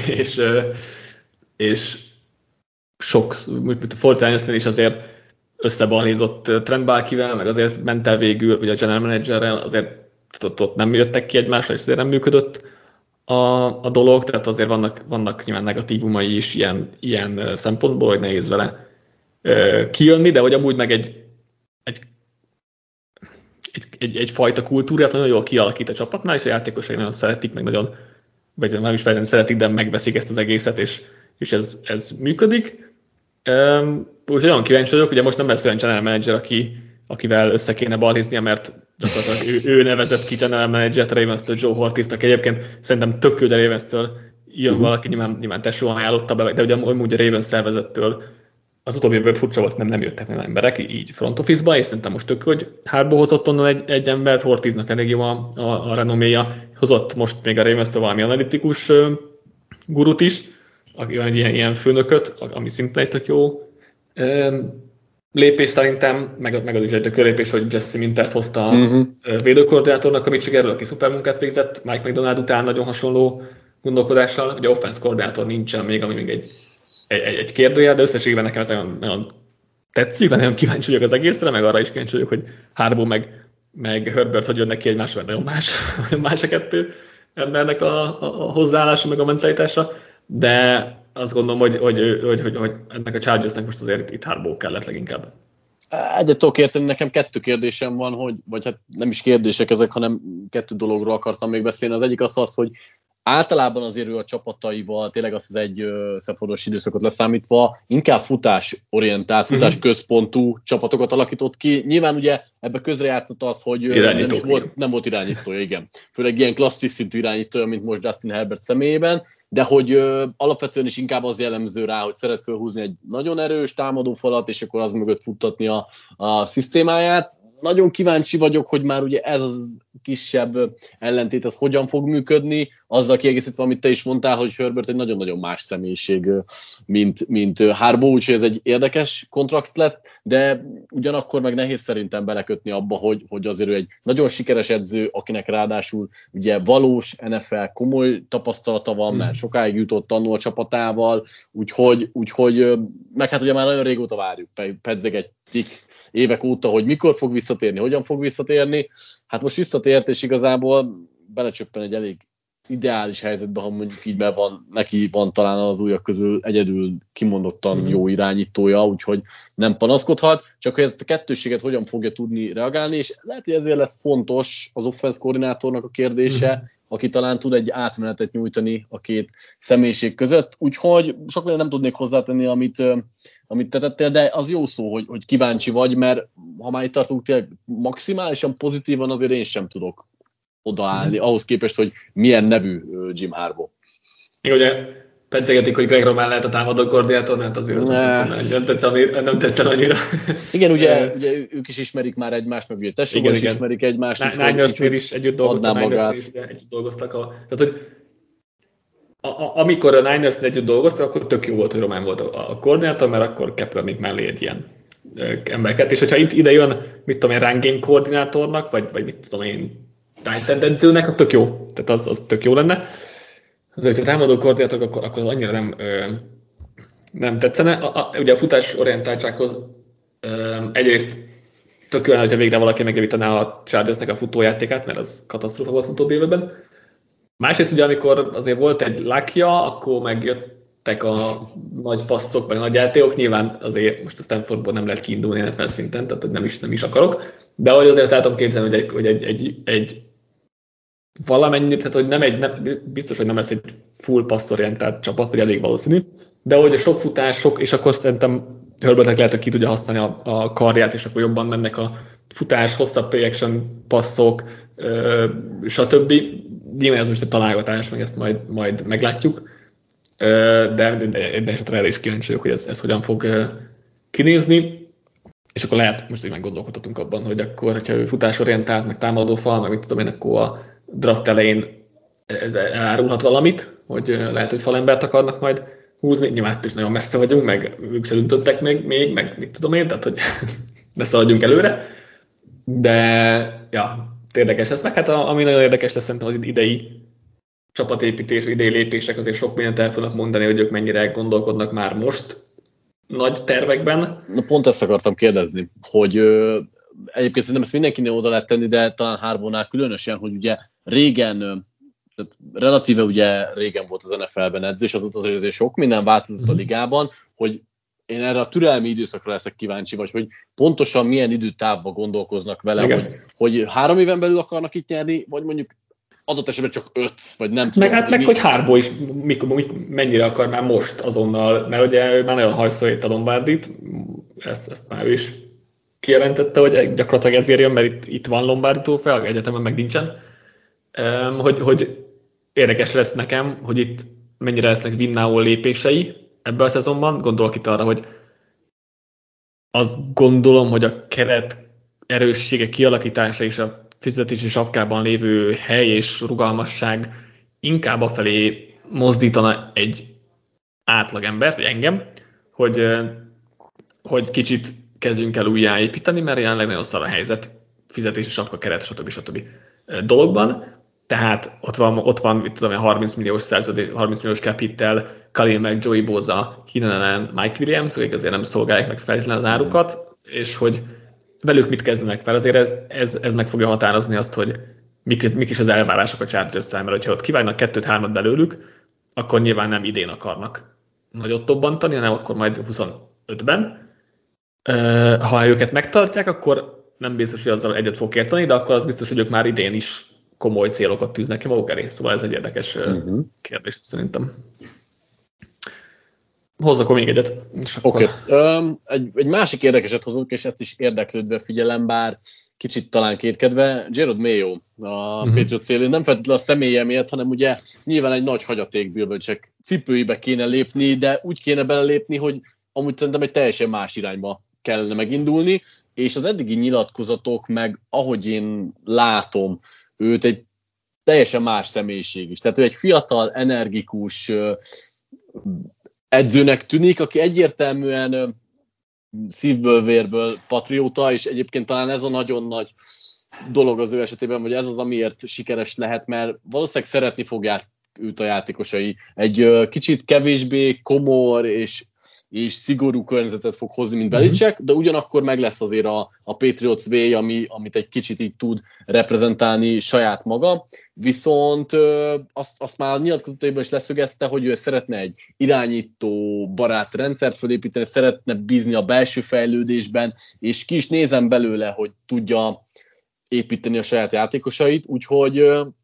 és sok, mint a Fortnite-nél is azért összebalhézott Trent Baalkevel, meg azért ment el végül, ugye a general managerrel, azért ott nem jöttek ki egymásra, és azért nem működött a dolog, tehát azért vannak nyilván negatívumai is ilyen szempontból, hogy nehéz vele kijönni, de hogy amúgy meg egyfajta kultúrát nagyon jól kialakít a csapatnál, és a játékosai nagyon szeretik, meg nagyon, vagy nem is feltétlenül szeretik, de megveszik ezt az egészet, és ez működik. Úgyhogy nagyon kíváncsi vagyok, ugye most nem lesz olyan general manager, akivel össze kéne balhéznia, mert gyakorlatilag ő nevezett ki general manager-t Ravens-től, Joe Hortiz-nak. Egyébként szerintem tök jó, de Ravens-től jön valaki, nyilván tesó ajánlotta be, de ugye amúgy a Ravens szervezettől az utóbbi évben furcsa volt, nem jöttek meg emberek, így front office-ba, és szerintem most tök, hogy Harbaugh hozott onnan egy embert, Hortiznak elég jó a renoméja, hozott most még a Ravens-től valami analitikus gurut is, aki van egy ilyen főnököt, ami szintén egy tök jó lépés szerintem, meg az is egy tök jó lépés, hogy Jesse Mintert hozta a védőkoordinátornak a Michiganről, aki szuper munkát végzett, Mike McDonald után nagyon hasonló gondolkodással, ugye offense koordinátor nincsen még, ami még egy kérdőjel, de összességében nekem ez nagyon tetszik, nagyon kíváncsi vagyok az egészre, meg arra is kíváncsi vagyok, hogy Harbaugh meg Herbert hogy jönnek ki egymásra, mert nagyon más a kettő embernek a hozzáállása, meg a mentalitása, de azt gondolom, hogy ennek a Chargersnek most azért itt Harbaugh kellett leginkább. Egyet tudok érteni, nekem 2 kérdésem van, vagy hát nem is kérdések ezek, hanem 2 dologról akartam még beszélni. Az egyik az, hogy általában azért ő a csapataival, tényleg azt az egy összefordos időszakot leszámítva, inkább futásorientált, futásközpontú csapatokat alakított ki. Nyilván ugye ebbe közrejátszott az, hogy nem volt irányítója, igen. Főleg ilyen klasszis szintű irányítója, mint most Justin Herbert személyében, de hogy alapvetően is inkább az jellemző rá, hogy szeret felhúzni egy nagyon erős támadófalat, és akkor az mögött futtatni a szisztémáját. Nagyon kíváncsi vagyok, hogy már ugye ez az kisebb ellentét, ez hogyan fog működni, azzal kiegészítve, amit te is mondtál, hogy Herbert egy nagyon-nagyon más személyiség, mint Harbaugh, úgyhogy ez egy érdekes kontrakt lesz, de ugyanakkor meg nehéz szerintem belekötni abba, hogy azért ő egy nagyon sikeres edző, akinek ráadásul ugye valós NFL komoly tapasztalata van, mert sokáig jutott annól a csapatával, úgyhogy meg hát ugye már nagyon régóta várjuk, pedzegetjük évek óta, hogy mikor fog visszatérni, hogyan fog visszatérni. Hát most visszatért, és igazából belecsöppen egy elég ideális helyzetbe, ha mondjuk így, mert neki van talán az újak közül egyedül kimondottan jó irányítója, úgyhogy nem panaszkodhat, csak hogy ezt a kettősséget hogyan fogja tudni reagálni, és lehet, hogy ezért lesz fontos az offense koordinátornak a kérdése, aki talán tud egy átmenetet nyújtani a két személyiség között, úgyhogy sok minden nem tudnék hozzátenni, amit te tettél, de az jó szó, hogy kíváncsi vagy, mert ha már itt tartunk tényleg maximálisan pozitívan, azért én sem tudok odaállni, ahhoz képest, hogy milyen nevű Jim Harbaugh. Igen, ugye pedzegetik, hogy Greg Roman lehet a támadó koordinátor, mert azért nem tetszene annyira. Igen, ugye ők is ismerik már egymást, meg ugye tesóval is ismerik egymást. Niners-nél is együtt dolgoztak. Tehát, hogy amikor a Niners-nél együtt dolgoztak, akkor tök jó volt, hogy Roman volt a koordinátor, mert akkor Kepler még mellé egy ilyen embereket. És hogyha ide jön, mit tudom én, run game koordinátornak, vagy mit tudom én, tight end edzőnek, az tök jó. Tehát az tök jó lenne. Azért, ha támadó koordinátorok, akkor az annyira nem tetszene. Ugye a futásorientáltsághoz egyrészt tök jó lenne, hogyha végre valaki megjavítaná a Chargersnek a futójátékát, mert az katasztrófa volt utóbbi évben. Másrészt ugye, amikor azért volt egy luckja, akkor megjöttek a nagy passzok, vagy a nagy játékok. Nyilván azért most a Stanfordból nem lehet kiindulni NFL szinten, tehát nem is akarok. De ahogy azért látom képzelni, hogy egy valamennyire, tehát hogy biztos, hogy nem lesz egy full passzorientált csapat, vagy elég valószínű, de hogy a sok futás, és akkor szerintem Herbertnek lehet, hogy ki tudja használni a karját, és akkor jobban mennek a futás, hosszabb play action passzok, stb. Nyilván ez most egy találgatás, meg ezt majd meglátjuk, de esetre erre is kíváncsi vagyok, hogy ez hogyan fog kinézni. És akkor lehet, most így meggondolkodhatunk abban, hogy akkor, hogyha ő futásorientált, meg támadófal, meg mit tudom én, akkor a draft elején ez elárulhat valamit, hogy lehet, hogy falembert akarnak majd húzni. Nyilván is nagyon messze vagyunk, meg ők se döntöttek még, meg mit tudom én, tehát hogy ne szaladjunk előre. De ja, érdekes lesz meg. Hát ami nagyon érdekes lesz, szerintem az idei csapatépítés, idei lépések, azért sok mindent el fognak mondani, hogy ők mennyire gondolkodnak már most nagy tervekben. Na pont ezt akartam kérdezni, hogy egyébként szerintem ezt mindenkinél oda lehet tenni, de talán Harbaugnál különösen, hogy ugye régen, tehát relatíve ugye régen volt az NFL-ben edzés, azóta azért sok minden változott a ligában, hogy én erre a türelmi időszakra leszek kíváncsi, vagy hogy pontosan milyen időtávban gondolkoznak vele, hogy 3 éven belül akarnak itt nyerni, vagy mondjuk adott esetben csak 5, vagy nem tudom. Meg hogy Harbaugh is mennyire akar már most azonnal, mert ugye ő már nagyon hajszolít a Lombardit, ezt már ő is kijelentette, hogy gyakorlatilag ezért jön, mert itt van Lombardi tófel, egyetemen meg nincsen. Hogy érdekes lesz nekem, hogy itt mennyire lesznek win-now lépései ebben a szezonban. Gondolok itt arra, hogy azt gondolom, hogy a keret erőssége kialakítása és a fizetési sapkában lévő hely és rugalmasság inkább afelé mozdítana egy átlagember, vagy engem, hogy kicsit kezdjünk el újjáépíteni, mert jelenleg nagyon szar a helyzet, fizetési sapka, keret, stb. Dologban. Tehát ott van mit tudom, 30 milliós szerződés, 30 milliós cap hittel, Khalil meg Joey Bosa, Keenan Allen, Mike Williams, akik azért nem szolgálják meg feltétlenül az árukat, és hogy velük mit kezdenek fel, azért ez meg fogja határozni azt, hogy mik is az elvárások a Chargers-szel, mert hogyha ott kivágnak 2-3 belőlük, akkor nyilván nem idén akarnak nagyot tobbantani, hanem akkor majd 25-ben. Ha őket megtartják, akkor nem biztos, hogy azzal egyet fog érteni, de akkor az biztos, hogy ők már idén is komoly célokat tűznek ki maguk elé. Szóval ez egy érdekes kérdés szerintem. Hozzak akkor még egyet. Oké. Egy másik érdekeset hozunk, és ezt is érdeklődve figyelem, bár kicsit talán kétkedve. Jerod Mayo, a Patriot célén, nem feltétlenül a személye miatt, hanem ugye nyilván egy nagy hagyatékbűrbölcsek cipőibe kéne lépni, de úgy kéne belelépni, hogy amúgy szerintem egy teljesen más irányba kellene megindulni, és az eddigi nyilatkozatok, meg ahogy én látom őt, egy teljesen más személyiség is. Tehát ő egy fiatal, energikus edzőnek tűnik, aki egyértelműen szívből, vérből patrióta, és egyébként talán ez a nagyon nagy dolog az ő esetében, hogy ez az, amiért sikeres lehet, mert valószínűleg szeretni fogják őt a játékosai. Egy kicsit kevésbé komor és szigorú környezetet fog hozni, mint Belichick, de ugyanakkor meg lesz azért a Patriots way, amit egy kicsit így tud reprezentálni saját maga. Viszont azt már a nyilatkozataiban is leszögezte, hogy ő szeretne egy irányító barát rendszert felépíteni, szeretne bízni a belső fejlődésben, és ki is nézem belőle, hogy tudja építeni a saját játékosait, úgyhogy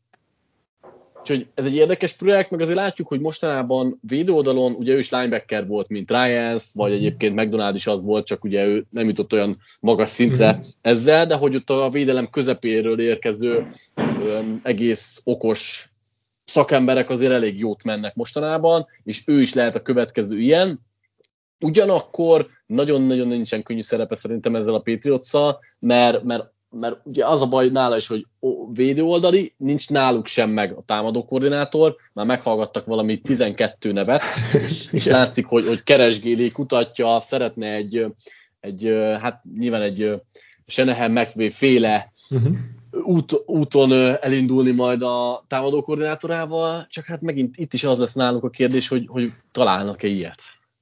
ez egy érdekes projekt, meg azért látjuk, hogy mostanában védőoldalon, ugye ő is linebacker volt, mint Ryans, vagy egyébként McDonald is az volt, csak ugye ő nem jutott olyan magas szintre ezzel, de hogy ott a védelem közepéről érkező egész okos szakemberek azért elég jót mennek mostanában, és ő is lehet a következő ilyen. Ugyanakkor nagyon-nagyon nincsen könnyű szerepe szerintem ezzel a Patriots-szal, mert ugye az a baj nála is, hogy védőoldali, nincs náluk sem meg a támadó koordinátor, már meghallgattak valami 12 nevet, és látszik, hogy keresgéli, kutatja, szeretne hát nyilván egy Shanahan McVay féle úton elindulni majd a támadó koordinátorával, csak hát megint itt is az lesz nálunk a kérdés, hogy találnak-e ilyet.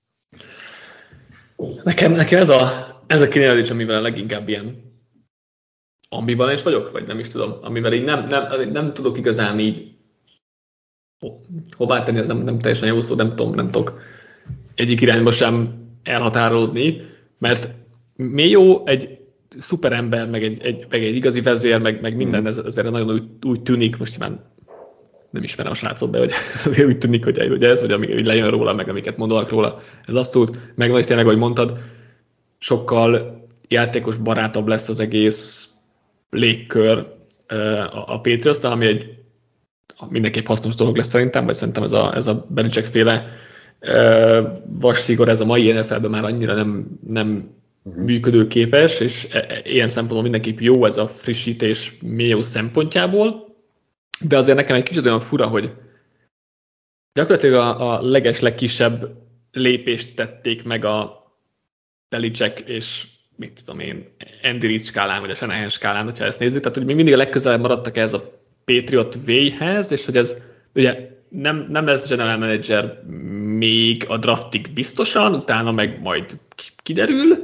Nekem ez a kinevezés, amivel leginkább ilyen ambivalens vagyok, vagy nem is tudom, amivel így nem tudok igazán így hová tenni, ez nem teljesen jó szó, nem tudok egyik irányba sem elhatárolódni, mert Mayo egy szuper ember, meg egy igazi vezér, meg minden ezért nagyon úgy tűnik, most már nem ismerem a srácot, de hogy azért úgy tűnik, hogy ez, vagy ami lejön róla, meg amiket mondanak róla, ez abszolút megvan, és tényleg, ahogy mondtad, sokkal játékos barátabb lesz az egész légkör a Patriots-nál, ami egy mindenképp hasznos dolog lesz szerintem, vagy szerintem ez a Belichick féle vasszigor, ez a mai NFL-ben már annyira nem működőképes, és ilyen szempontból mindenképp jó ez a frissítés Mayo szempontjából, de azért nekem egy kicsit olyan fura, hogy gyakorlatilag a legkisebb lépést tették meg a Belichick és mit tudom én, Andy Reid skálán, vagy a Shanahan skálán, hogyha ezt nézzük, tehát hogy még mindig a legközelebb maradtak ez a Patriot Way-hez, és hogy ez ugye nem lesz general manager még a draftig biztosan, utána meg majd kiderül.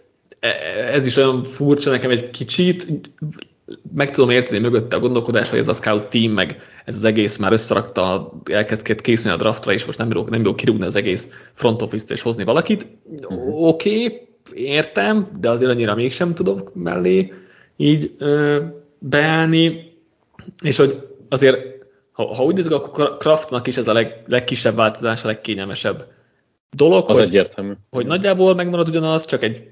Ez is olyan furcsa nekem egy kicsit, meg tudom érteni mögötte a gondolkodás, hogy ez a scout team, meg ez az egész már összerakta, elkezd készülni a draftra, és most nem jó kirúgni az egész front office-t és hozni valakit. Oké, értem, de azért annyira mégsem tudok mellé így beállni, és hogy azért, ha úgy nézzük, akkor Kraftnak is ez a legkisebb változás, a legkényelmesebb dolog, az egyértelmű. Hogy nagyjából megmarad ugyanaz, csak egy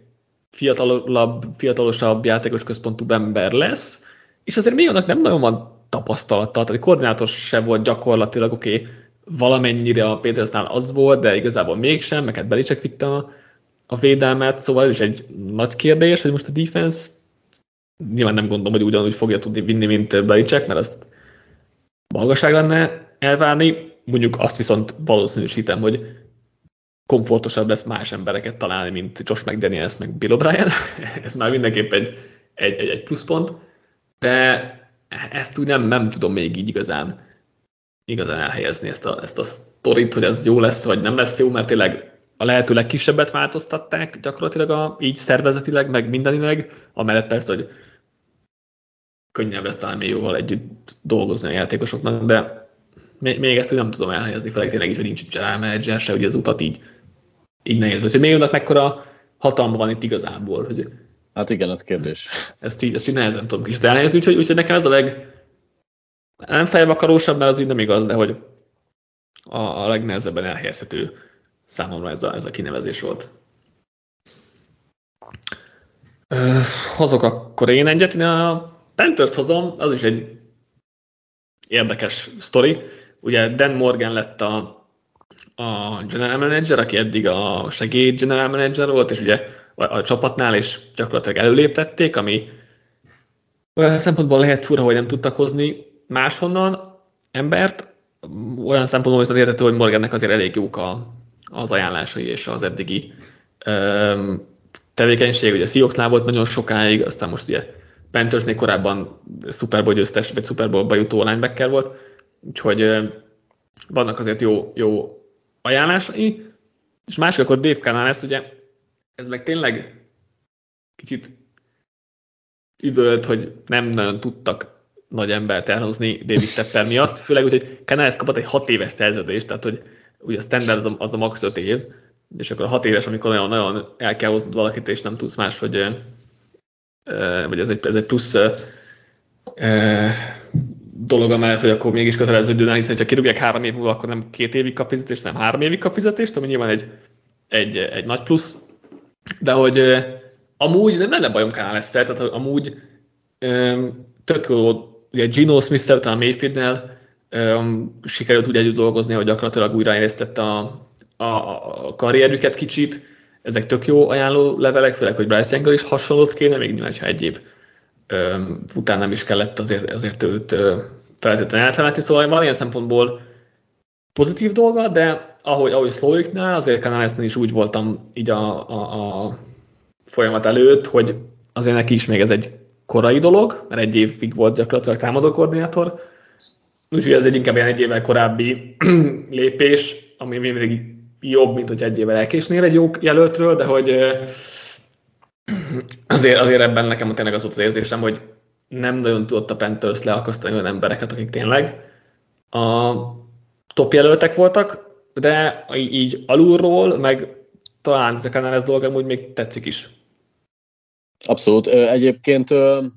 fiatalosabb játékos központú ember lesz, és azért még annak nem nagyon van tapasztalata, tehát a koordinátor sem volt gyakorlatilag, oké, valamennyire a Patriotsnál az volt, de igazából mégsem, meg hát Belichick vitte a védelmet, szóval ez is egy nagy kérdés, hogy most a defense nyilván nem gondolom, hogy ugyanúgy fogja tudni vinni, mint Belichick, mert azt balgaság lenne elvárni, mondjuk azt viszont valószínűsítem, hogy komfortosabb lesz más embereket találni, mint Josh McDaniels, meg Bill O'Brien. Ez már mindenképp egy pluszpont, de ezt úgy nem tudom még így igazán elhelyezni ezt a sztorit, hogy ez jó lesz, vagy nem lesz jó, mert tényleg a lehető legkisebbet változtatták gyakorlatilag így szervezetileg, meg mindenileg, amellett persze, hogy könnyebb lesz talán még jóval együtt dolgozni a játékosoknak, de még ezt úgy nem tudom elhelyezni, főleg tényleg így, hogy nincs general manager se, hogy az utat így nehéz. Hogy még önnek mekkora hatalma van itt igazából. Hogy hát igen, ez kérdés. Ezt így nehezen tudom kicsit elhelyezni, úgyhogy nekem ez a nem fejvakarósabb, mert az úgy nem igaz, de hogy a legnehezebben elhelyezhető számomra ez a kinevezés volt. Hozok akkor én egyet, én a Panthert hozom, az is egy érdekes sztori. Ugye Dan Morgan lett a general manager, aki eddig a segéd general manager volt, és ugye a csapatnál is gyakorlatilag előléptették, ami olyan szempontból lehet fura, hogy nem tudtak hozni máshonnan embert, olyan szempontból viszont értető, hogy Morgannek azért elég jók az ajánlásai és az eddigi tevékenység. Ugye a Seahawksnál volt nagyon sokáig, aztán most ugye Panthersnél korábban Super Bowl győztes, vagy Super Bowl-ba jutó linebacker volt, úgyhogy vannak azért jó ajánlásai. És másik akkor Dave Canales, ugye ez meg tényleg kicsit üvölt, hogy nem nagyon tudtak nagy embert elhozni David Tepper miatt, főleg úgy, hogy Canales kapott egy 6 éves szerződést, tehát hogy ugye a standard az a max 5 év, és akkor a 6 éves, amikor nagyon el kell hoznod valakit, és nem tudsz más, vagy ez egy plusz dolog amellett, hogy akkor mégis köteleződően, hiszen ha kirúgják 3 év múlva, akkor nem 2 évig kap fizetést, hanem 3 évig kap fizetést, ami nyilván egy nagy plusz, de hogy amúgy nem lenne bajom Canales-szel, tehát amúgy tök jó, ugye Geno Smith-tel, utána Mayfieldnél sikerült úgy együtt dolgozni, hogy gyakorlatilag újraélesztette a karrierüket kicsit. Ezek tök jó ajánló levelek, főleg, hogy Bryce Young is hasonlót kéne, még nyilván, ha egy év után nem is kellett azért őt feltétlenül eltemetni. Szóval van ilyen szempontból pozitív dolga, de ahogy Sloviknál, azért Canalesnél is úgy voltam így a folyamat előtt, hogy azért neki is még ez egy korai dolog, mert egy évig volt gyakorlatilag támadó koordinátor, úgyhogy ez inkább ilyen egy évvel korábbi lépés, ami mindig jobb, mint hogy egy évvel elkésnél egy jó jelöltről, de hogy azért ebben nekem tényleg az volt az érzésem, hogy nem nagyon tudott a Panthers leakasztani olyan embereket, akik tényleg a top jelöltek voltak, de így alulról, meg talán ez a Canales dolga amúgy még tetszik is. Abszolút. Egyébként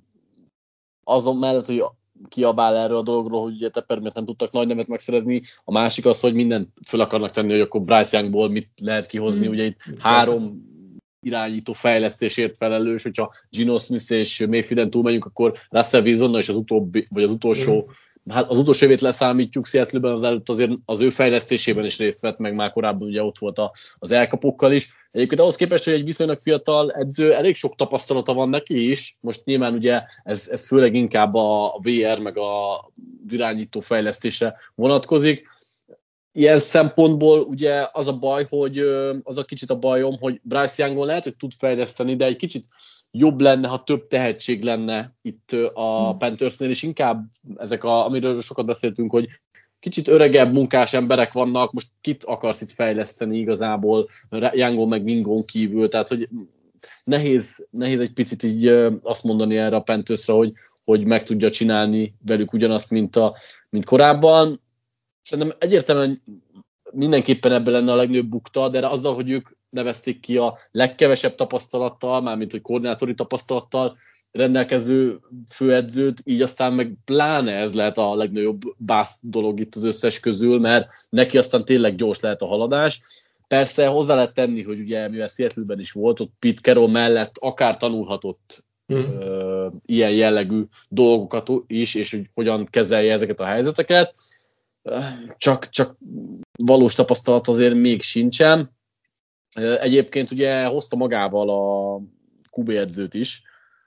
azon mellett, hogy kiabál erről a dologról, hogy ugye Tepper miért nem tudtak nagy nevet megszerezni, a másik az, hogy mindent föl akarnak tenni, hogy akkor Bryce Youngból mit lehet kihozni, ugye itt 3 irányító fejlesztésért felelős, hogyha Geno Smith és Mayfielden túlmegyünk, akkor Russell Wilsonnal és az utolsó évét leszámítjuk Seattle-ben, azelőtt azért az ő fejlesztésében is részt vett, meg már korábban ugye ott volt az elkapókkal is. Egyébként ahhoz képest, hogy egy viszonylag fiatal edző, elég sok tapasztalata van neki is, most nyilván ugye ez főleg inkább a VR meg a irányító fejlesztésre vonatkozik. Ilyen szempontból ugye az a baj, hogy az a kicsit a bajom, hogy Bryce Youngon lehet, hogy tud fejleszteni, de egy kicsit jobb lenne, ha több tehetség lenne itt a Panthersnél, és inkább amiről sokat beszéltünk, hogy kicsit öregebb munkás emberek vannak, most kit akarsz itt fejleszteni igazából, Youngon meg Wingon kívül, tehát hogy nehéz egy picit így azt mondani erre a Panthersre, hogy meg tudja csinálni velük ugyanazt, mint korábban. Szerintem egyértelműen mindenképpen ebben lenne a legnagyobb bukta, de azzal, hogy ők nevezték ki a legkevesebb tapasztalattal, mármint hogy koordinátori tapasztalattal rendelkező főedzőt, így aztán meg pláne ez lehet a legnagyobb bász dolog itt az összes közül, mert neki aztán tényleg gyors lehet a haladás. Persze hozzá lehet tenni, hogy ugye mivel Seattle-ben is volt, ott Pete Carroll mellett akár tanulhatott ilyen jellegű dolgokat is, és hogy hogyan kezelje ezeket a helyzeteket. Csak valós tapasztalat azért még sincsen. Egyébként ugye hozta magával a QB edzőt is,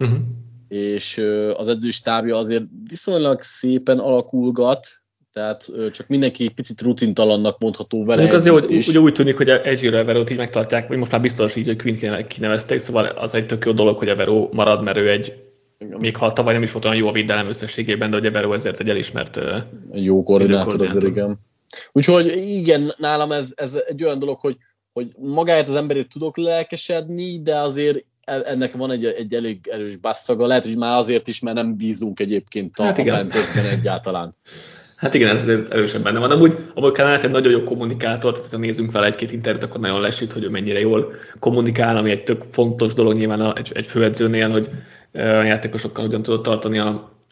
és az edzői stábja azért viszonylag szépen alakulgat, tehát csak mindenki picit rutintalannak mondható vele. Az jó, ugye úgy tűnik, hogy Ejiro Everót így megtartják, vagy most már biztos így, hogy Quinn kinevezték, szóval az egy tök jó dolog, hogy Everó marad, mert ő még ha tavaly nem is volt olyan jó a védelem összességében, de hogy Everó ezért egy elismert jó koordinátor azért, igen. Úgyhogy igen, nálam ez egy olyan dolog, hogy magáért az emberért tudok lelkesedni, de azért ennek van egy elég erős basszaga. Lehet, hogy már azért is, mert nem bízunk egyébként a Panthersben egyáltalán. Hát igen, ez erősebb benne van. Amúgy Canales egy nagyon jó kommunikátor, tehát ha nézzünk fel egy-két interjút, akkor nagyon lesít, hogy ő mennyire jól kommunikál, ami egy tök fontos dolog nyilván egy főedzőnél, hogy a játékosokkal hogyan tudod tartani a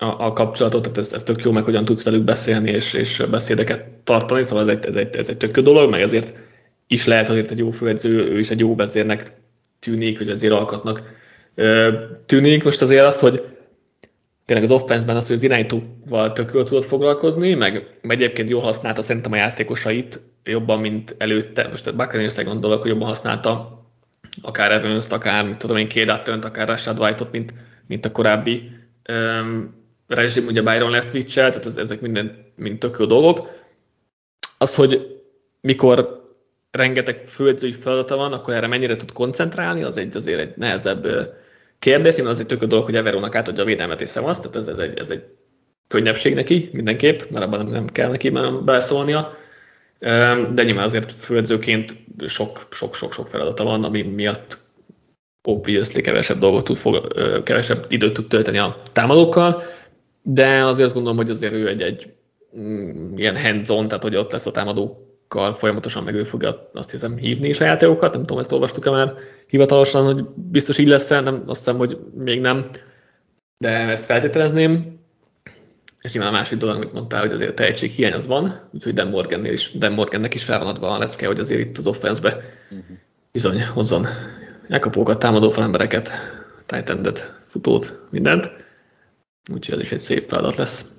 a kapcsolatot, tehát ez tök jó, meg hogyan tudsz velük beszélni, és beszédeket tartani, szóval ez egy tök jó dolog, meg ezért is lehet azért egy jó főedző, ő is egy jó vezérnek tűnik, vagy vezéralkatnak tűnik. Most azért azt, hogy tényleg az offense-ben az, hogy az irányítóval tök jól tudott foglalkozni, meg egyébként jól használta szerintem a játékosait, jobban, mint előtte. Most a Buccaneers-re gondolok, hogy jobban használta akár Evans-t, akár, mit tudom én, Kédattönt, akár Rashad White-ot, mint a korábbi rezsim, ugye Byron Leftwich-el, tehát ezek mind tök jó dolgok. Az, hogy mikor rengeteg főedzői feladata van, akkor erre mennyire tud koncentrálni, azért egy nehezebb kérdés. Nyilván az egy tök jó dolog, hogy Everónak átadja a védelmet és Szevaszt, tehát ez egy könnyebbség neki mindenképp, mert abban nem kell neki beleszólnia. De nyilván azért főedzőként sok feladata van, ami miatt obviously kevesebb időt tud tölteni a támadókkal, de azért azt gondolom, hogy azért ő egy ilyen hands-on, tehát hogy ott lesz a támadókkal folyamatosan, meg ő fogja azt hiszem hívni is a játékokat, nem tudom, ezt olvastuk-e már hivatalosan, hogy biztos így lesz, nem, azt hiszem, hogy még nem, de ezt feltételezném. És nyilván a másik dolog, amit mondtál, hogy azért a tehetséghiány az van, úgyhogy Dan Morgannek is fel van adva a lecke, hogy azért itt az offense-be bizony hozzon elkapókat, támadó falembereket, tight endet, futót, mindent. Úgyhogy ez is egy szép feladat lesz.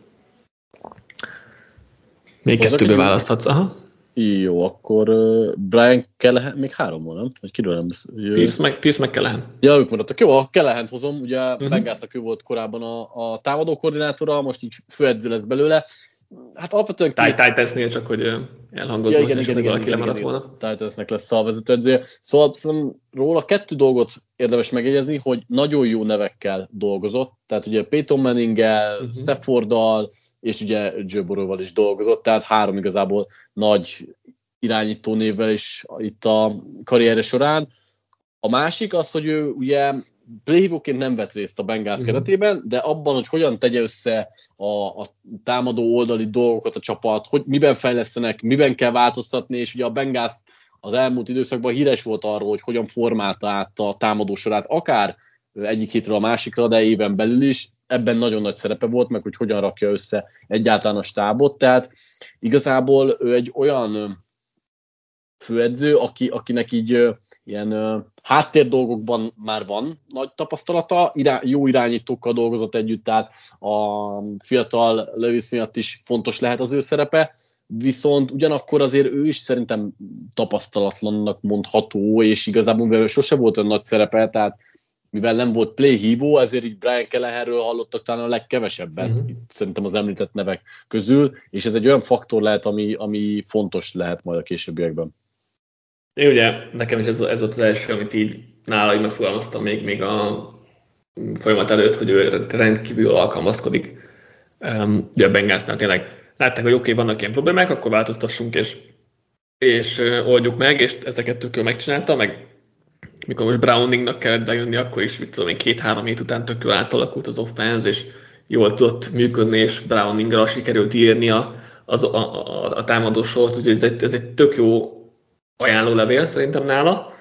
Még kettőből választhatsz. Aha. Jó, akkor Brian Callahan, még 3 van, nem? Vagy kiről nem Pierce meg Callahan. Ja, ők maradtak. Jó, a Callahant hozom, ugye Bengalsnak ő volt korábban a támadó koordinátora, most így főedző lesz belőle. Hát alapvetően... Titans-nél csak, hogy elhangozzon, ja, hogy valaki lemaradt volna. Titansnek lesz a vezetőedzője. Szóval róla 2 dolgot érdemes megjegyezni, hogy nagyon jó nevekkel dolgozott, tehát ugye Peyton Manninggel, Stafforddal, és ugye Joe Burrowval is dolgozott, tehát 3 igazából nagy irányító névvel is itt a karrierje során. A másik az, hogy ő ugye playhívóként nem vett részt a Bengals keretében, de abban, hogy hogyan tegye össze a támadó oldali dolgokat a csapat, hogy miben fejlesztenek, miben kell változtatni, és ugye a Bengals az elmúlt időszakban híres volt arról, hogy hogyan formálta át a támadó sorát, akár egyik hétről a másikra, de éven belül is. Ebben nagyon nagy szerepe volt, meg hogy hogyan rakja össze egyáltalán a stábot. Tehát igazából ő egy olyan főedző, akinek így ilyen háttér dolgokban már van nagy tapasztalata, jó irányítókkal dolgozott együtt, tehát a fiatal Levis miatt is fontos lehet az ő szerepe, viszont ugyanakkor azért ő is szerintem tapasztalatlannak mondható, és igazából mivel sose volt olyan nagy szerepe, tehát mivel nem volt playhívó, ezért így Brian Callahanről hallottak talán a legkevesebbet, szerintem az említett nevek közül, és ez egy olyan faktor lehet, ami fontos lehet majd a későbbiekben. Én ugye, nekem is ez volt az első, amit így nála így megfogalmaztam még a folyamat előtt, hogy ő rendkívül alkalmazkodik. Ugye a Bengalsnál tényleg látták, hogy oké, vannak ilyen problémák, akkor változtassunk és oldjuk meg, és ezeket tök jól megcsinálta, meg mikor most Browningnak kellett bejönni, akkor is, mit tudom én, 2-3 hét után tök jól átalakult az offense, és jól tudott működni, és Browningra sikerült írni a támadósort, úgyhogy ez egy tök jó ajánlólevél szerintem nála.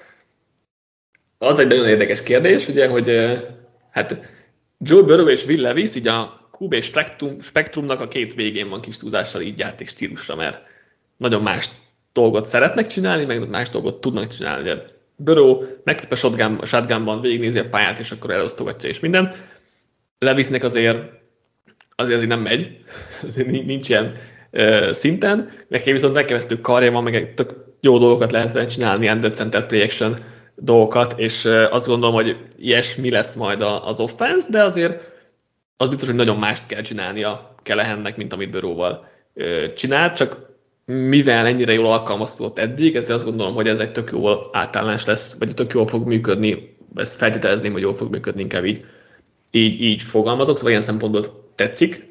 Az egy nagyon érdekes kérdés, ugye, hogy hát Joe Burrow és Will Levis így a QB spektrumnak a 2 végén van kis túlzással így játék stílusra, mert nagyon más dolgot szeretnek csinálni, meg más dolgot tudnak csinálni. Ugye Burrow megtip a shotgunban végignézi a pályát, és akkor elosztogatja és minden. Levisnek azért nem megy, azért nincs ilyen szinten, neki viszont megkevesztő karja van, meg tök jó dolgokat lehet vele csinálni, under center play action dolgokat, és azt gondolom, hogy ilyesmi lesz majd az offense, de azért az biztos, hogy nagyon mást kell csinálni a Callahannek, mint amit Burrowval csinált, csak mivel ennyire jól alkalmazkodott eddig, ezért azt gondolom, hogy ez egy tök jó átállás lesz, vagy tök jól fog működni, ezt feltételezném, hogy jól fog működni, inkább így fogalmazok, szóval ilyen szempontból tetszik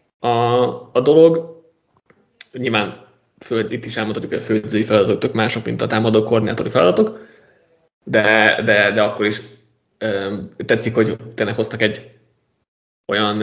a dolog. Nyilván itt is elmondhatjuk, hogy a főedzői feladatok tök mások, mint a támadó koordinátori feladatok, de akkor is tetszik, hogy tényleg hoztak egy olyan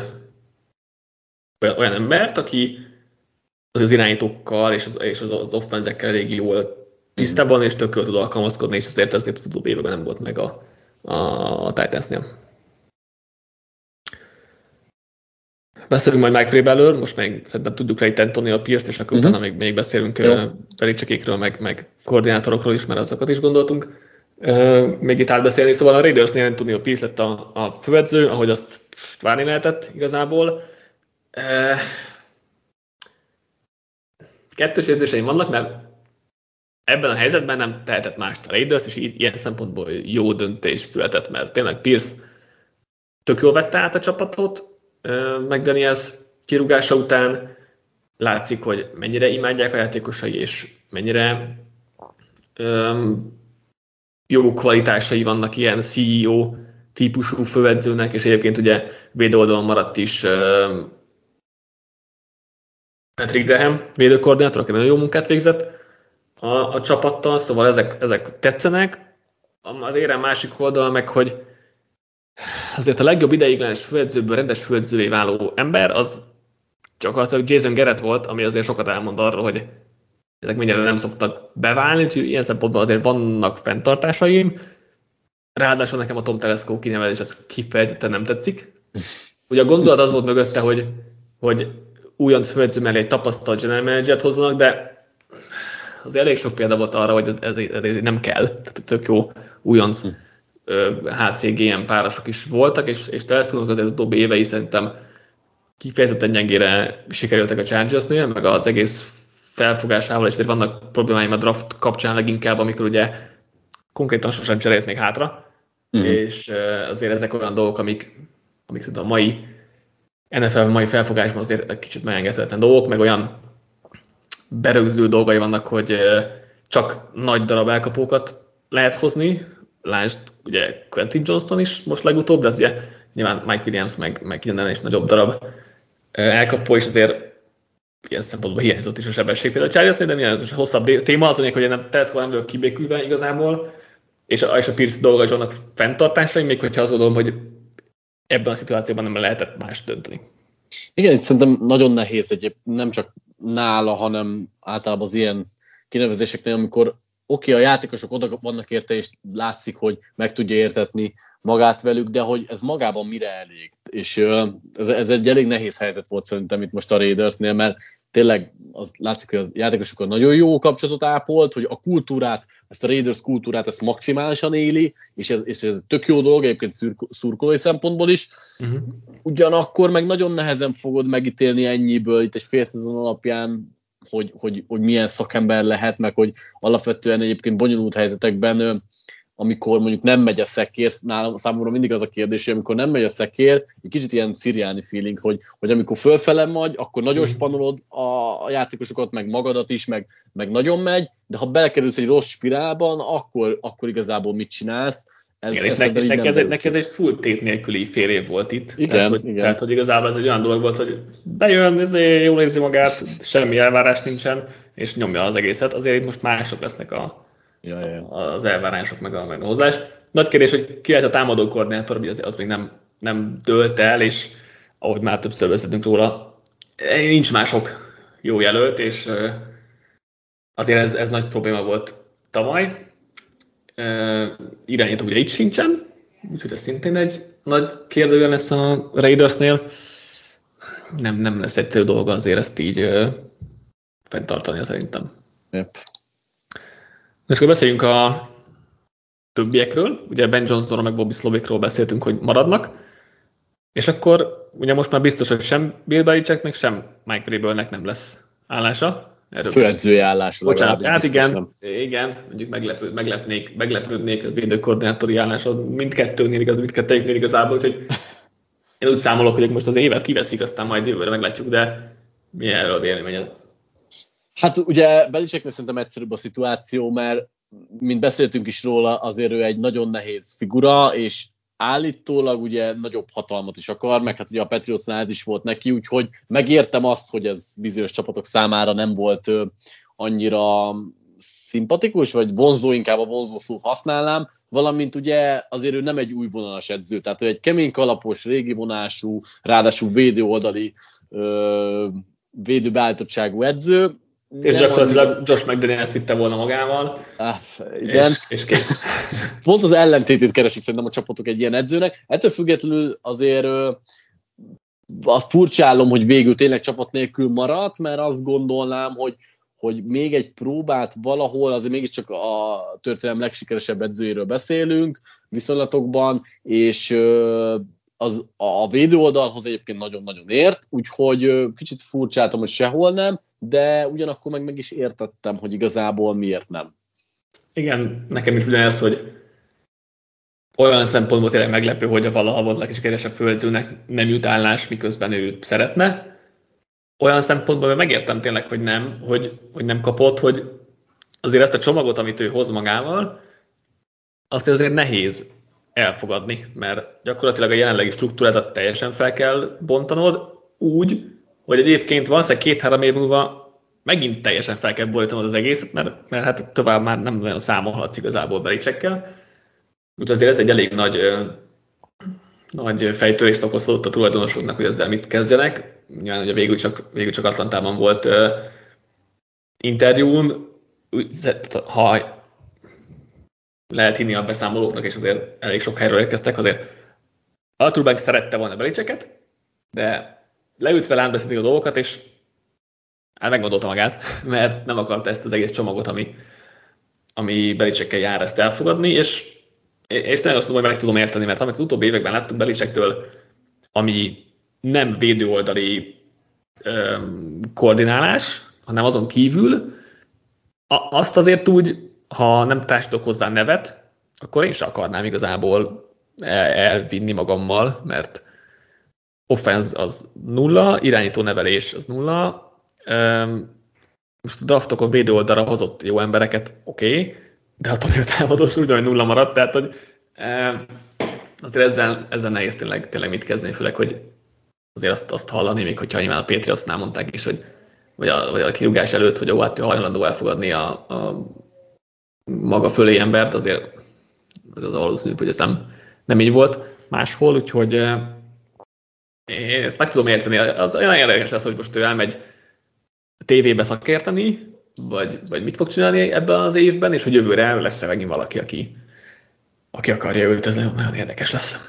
embert, aki az irányítókkal és az offenzekkel elég jól tisztában, és tök jól tud alkalmazkodni, és azért az utóbbi években nem volt meg a Titansnél. Beszélünk majd Mike Vrabelről, most még szerintem tudjuk rejt Antonio Pierce-t, és akkor utána még beszélünk Belichickékről, meg koordinátorokról is, mert azokat is gondoltunk még itt átbeszélni. Szóval a Raidersnél Antonio Pierce lett a főedző, ahogy azt várni lehetett igazából. Kettős érzéseim vannak, mert ebben a helyzetben nem tehetett mást a Raiders, és ilyen szempontból jó döntés született, mert tényleg Pierce tök jól vette át a csapatot, McDaniels kirúgása után látszik, hogy mennyire imádják a játékosai, és mennyire jó kvalitásai vannak ilyen CEO típusú főedzőnek, és egyébként ugye védőoldalon maradt is Patrick Graham védőkoordinátor, aki nagyon jó munkát végzett a csapattal, szóval ezek tetszenek. Az érem másik oldalon meg, hogy azért a legjobb ideiglenes főedzőből rendes főedzővé váló ember, az gyakorlatilag Jason Garrett volt, ami azért sokat elmond arról, hogy ezek mennyire nem szoktak beválni, úgyhogy ilyen szempontból azért vannak fenntartásaim. Ráadásul nekem a Tom Telesco kinevezés az kifejezetten nem tetszik. Ugye a gondolat az volt mögötte, hogy újonc főedző mellé egy tapasztalt general managert hozzanak, de az elég sok példa volt arra, hogy ez nem kell. Tehát tök jó újonc HCGM párosok is voltak, és Telesco-nak azért az utóbbi évei szerintem kifejezetten gyengére sikerültek a Chargersnél, meg az egész felfogásával, és vannak problémáim a draft kapcsán leginkább, amikor ugye konkrétan sosem cserélt még hátra, és azért ezek olyan dolgok, amik szerintem a mai NFL mai felfogásban azért egy kicsit megengedhetetlen dolgok, meg olyan berögző dolgai vannak, hogy csak nagy darab elkapókat lehet hozni. Lásd, ugye Quentin Johnston is most legutóbb, de ugye nyilván Mike Williams meg innen is nagyobb darab elkapó, és azért ilyen szempontból hiányzott is a sebesség. Például a Chargersnél, de milyen hosszabb téma az, hogy nem Telesco nem vagyok kibékülve igazából, és a Pierce dolga is vannak fenntartásai, még hogyha azt gondolom, hogy ebben a szituációban nem lehetett más dönteni. Igen, itt szerintem nagyon nehéz egyébként, nem csak nála, hanem általában az ilyen kinevezéseknél, amikor a játékosok oda vannak érte, és látszik, hogy meg tudja értetni magát velük, de hogy ez magában mire elég. És ez egy elég nehéz helyzet volt szerintem itt most a Raidersnél, mert tényleg az látszik, hogy az játékosokkal nagyon jó kapcsolatot ápolt, hogy a kultúrát, ezt a Raiders kultúrát ezt maximálisan éli, és ez tök jó dolog, egyébként szurkolói szempontból is. Ugyanakkor meg nagyon nehezen fogod megítélni ennyiből itt egy fél szezon alapján, hogy milyen szakember lehet, meg hogy alapvetően egyébként bonyolult helyzetekben, amikor mondjuk nem megy a szekér, számomra mindig az a kérdés, hogy amikor nem megy a szekér, egy kicsit ilyen sziriáni feeling, hogy amikor fölfele megy, akkor nagyon spanolod a játékosokat, meg magadat is, meg nagyon megy, de ha belekerülsz egy rossz spirálban, akkor igazából mit csinálsz? Neki ez egy full tét nélküli fél év volt itt. Igen. Tehát, hogy igazából ez egy olyan dolog volt, hogy bejön, jól érzi magát, semmi elvárás nincsen, és nyomja az egészet. Azért most mások lesznek az elvárások, meg a hozás. Nagy kérdés, hogy ki lehet a támadó koordinátor, az még nem dőlt el, és ahogy már többször beszéltünk róla, nincs mások jó jelölt, és azért ez nagy probléma volt tavaly. Irányító ugye itt sincsen, úgyhogy ez szintén egy nagy kérdőjel lesz a Raidersnél. Nem lesz egyszerű dolga azért ezt így fenntartani szerintem. Yep. És akkor beszéljünk a többiekről. Ugye Ben Johnsonról meg Bobby Slovikról beszéltünk, hogy maradnak. És akkor ugye most már biztos, hogy sem Bill Belichicknek, sem Mike Vrabelnek nem lesz állása. Főedzői állása. Bocsánat, hát igen, mondjuk meglepődnék a védőkoordinátori álláson. Mindkettőjüknél igazából, úgyhogy én úgy számolok, hogy most az évet kiveszik, aztán majd jövőre meglátjuk, de mi erről véleményed? Hát ugye Belichicknek szerintem egyszerűbb a szituáció, mert mint beszéltünk is róla, azért ő egy nagyon nehéz figura, és állítólag ugye nagyobb hatalmat is akar, meg hát ugye a Patriotsnál ez is volt neki, úgyhogy megértem azt, hogy ez bizonyos csapatok számára nem volt annyira szimpatikus, vagy vonzó, inkább a vonzó szót használnám, valamint ugye azért ő nem egy új vonalas edző, tehát ő egy kemény kalapos, régi vonású, ráadásul védőoldali védőbeállítottságú edző. És gyakorlatilag Josh McDaniels vitte volna magával, igen. És kész. Pont az ellentétét keresik szerintem a csapatok egy ilyen edzőnek. Ettől függetlenül azért azt furcsálom, hogy végül tényleg csapat nélkül maradt, mert azt gondolnám, hogy még egy próbát valahol, azért mégiscsak a történelem legsikeresebb edzőjéről beszélünk viszonylatokban, és a védő oldalhoz egyébként nagyon-nagyon ért, úgyhogy kicsit furcsáltam, hogy sehol nem, de ugyanakkor meg is értettem, hogy igazából miért nem. Igen, nekem is ugyanez, hogy olyan szempontból tényleg meglepő, hogy a valaha volt legsikeresebb főedzőnek nem jut állás, miközben ő szeretne. Olyan szempontból megértem tényleg, hogy nem, hogy nem kapott, hogy azért ezt a csomagot, amit ő hoz magával, azt azért nehéz elfogadni, mert gyakorlatilag a jelenlegi struktúrát teljesen fel kell bontanod úgy, hogy egyébként valószínűleg 2-3 év múlva megint teljesen fel kell borítanod az egészet, mert hát tovább már nem nagyon számolhatsz igazából Belichickkel. Úgyhogy azért ez egy elég nagy fejtörést okozhatott a tulajdonosoknak, hogy ezzel mit kezdjenek. Nyilván ugye végül csak Atlantában volt interjún, ha lehet hinni a beszámolóknak, és azért elég sok helyről érkeztek, azért Arthur Blank szerette volna Belichicket, de leült vele, átbeszélték a dolgokat, és megmondolta magát, mert nem akarta ezt az egész csomagot, ami Belichickkel jár, ezt elfogadni, és nagyon azt tudom, hogy meg tudom érteni, mert amit az utóbbi években láttuk Belichicktől, ami nem védőoldali koordinálás, hanem azon kívül, azt azért úgy, ha nem társítok hozzá nevet, akkor én sem akarnám igazából elvinni magammal, mert offense az 0, irányító nevelés az 0, most a draftokon védőoldalra hozott jó embereket, oké, de attól még a támadós ugyanúgy 0 maradt, tehát hogy azért ezzel nehéz tényleg mit kezdeni, főleg, hogy azért azt hallani, még hogyha nyilván a Patriotsnál mondták is, hogy vagy a kirúgás előtt, hogy hát ő hajlandó elfogadni a maga fölé embert, azért az valószínű, hogy ez nem így volt máshol, úgyhogy én ezt meg tudom érteni. Az olyan érdekes lesz, hogy most ő elmegy tévébe szakérteni, vagy mit fog csinálni ebben az évben, és hogy jövőre lesz-e megint valaki, aki akarja őt, ez nagyon érdekes lesz.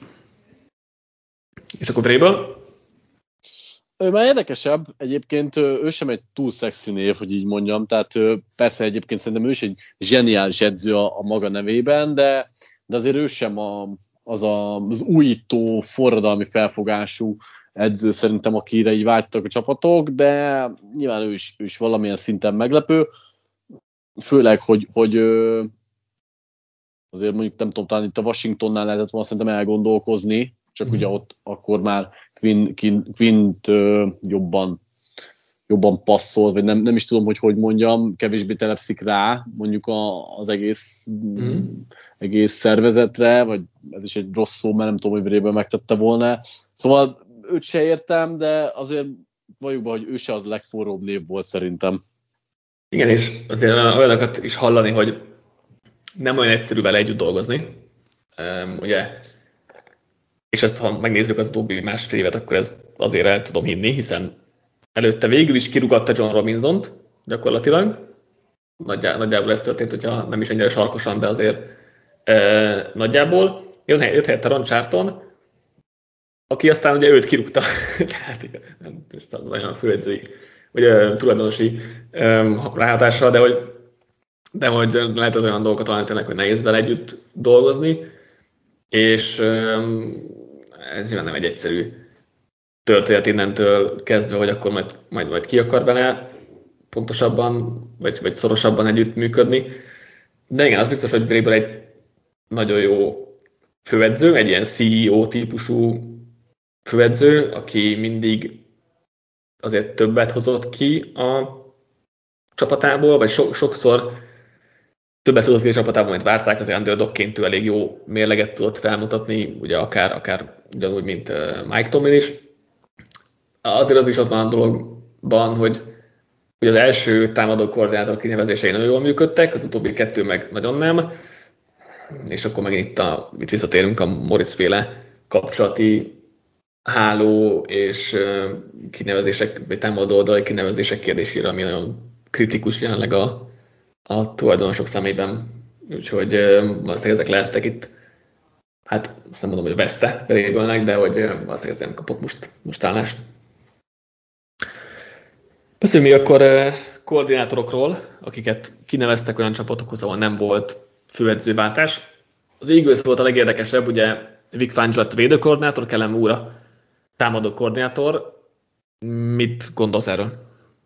És akkor Vrabel? Ő már érdekesebb, egyébként ő sem egy túl szexi név, hogy így mondjam, tehát persze egyébként szerintem ő is egy zseniális edző a maga nevében, de azért ő sem az újító, forradalmi felfogású edző szerintem, akire így vágytak a csapatok, de nyilván ő is valamilyen szinten meglepő, főleg, hogy azért mondjuk nem tudom, talán itt a Washingtonnál lehetett volna szerintem elgondolkozni, csak ugye ott akkor már Quint jobban passzolt, vagy nem is tudom, hogy mondjam, kevésbé telepszik rá mondjuk az egész szervezetre, vagy ez is egy rossz szó, mert nem tudom, hogy Vrabel megtette volna. Szóval őt se értem, de azért valljuk be, hogy ő se az legforróbb név volt szerintem. Igen, és azért olyanokat is hallani, hogy nem olyan egyszerű vele együtt dolgozni. Ugye, és ezt, ha megnézzük az utóbbi másfél évet, akkor ezt azért el tudom hinni, hiszen előtte végül is kirúgatta John Robinsont gyakorlatilag. Nagyjából ez történt, hogyha nem is ennyire sarkosan, de azért nagyjából. Jött helyette Ron Charlton, aki aztán ugye őt kirúgta. Tehát nagyon főedzői, vagy tulajdonosi ráhatással, de hogy lehet az olyan dolgokat találni tényleg, hogy nehéz vele együtt dolgozni, és ez nyilván nem egy egyszerű történet innentől kezdve, hogy akkor majd ki akar vele pontosabban, vagy szorosabban együttműködni. De igen, az biztos, hogy Vrabel egy nagyon jó főedző, egy ilyen CEO típusú főedző, aki mindig azért többet hozott ki a csapatából, vagy sokszor többet tudott ki a csapatából, mint várták, azért underdogként ő elég jó mérleget tudott felmutatni, ugye akár ugyanúgy, mint Mike Tomlin is. Azért az is ott van a dologban, hogy az első támadó koordinátor kinevezései nagyon jól működtek, az utóbbi 2 meg nagyon nem, és akkor megint itt visszatérünk a Morris-féle kapcsolati háló és kinevezések, vagy támadó oldali kinevezések kérdésére, ami nagyon kritikus jelenleg a tulajdonosok szemében. Úgyhogy valószínűleg ezek lehettek itt hát azt nem mondom, hogy veszte Vrabelnek, de hogy azért nem kapott most állást. Beszéljünk még akkor koordinátorokról, akiket kineveztek olyan csapatokhoz, ahol nem volt főedzőváltás. Az Eagles volt a legérdekesebb, ugye Vic Fangio lett a védőkoordinátor, Kellen Moore támadó koordinátor. Mit gondolsz erről?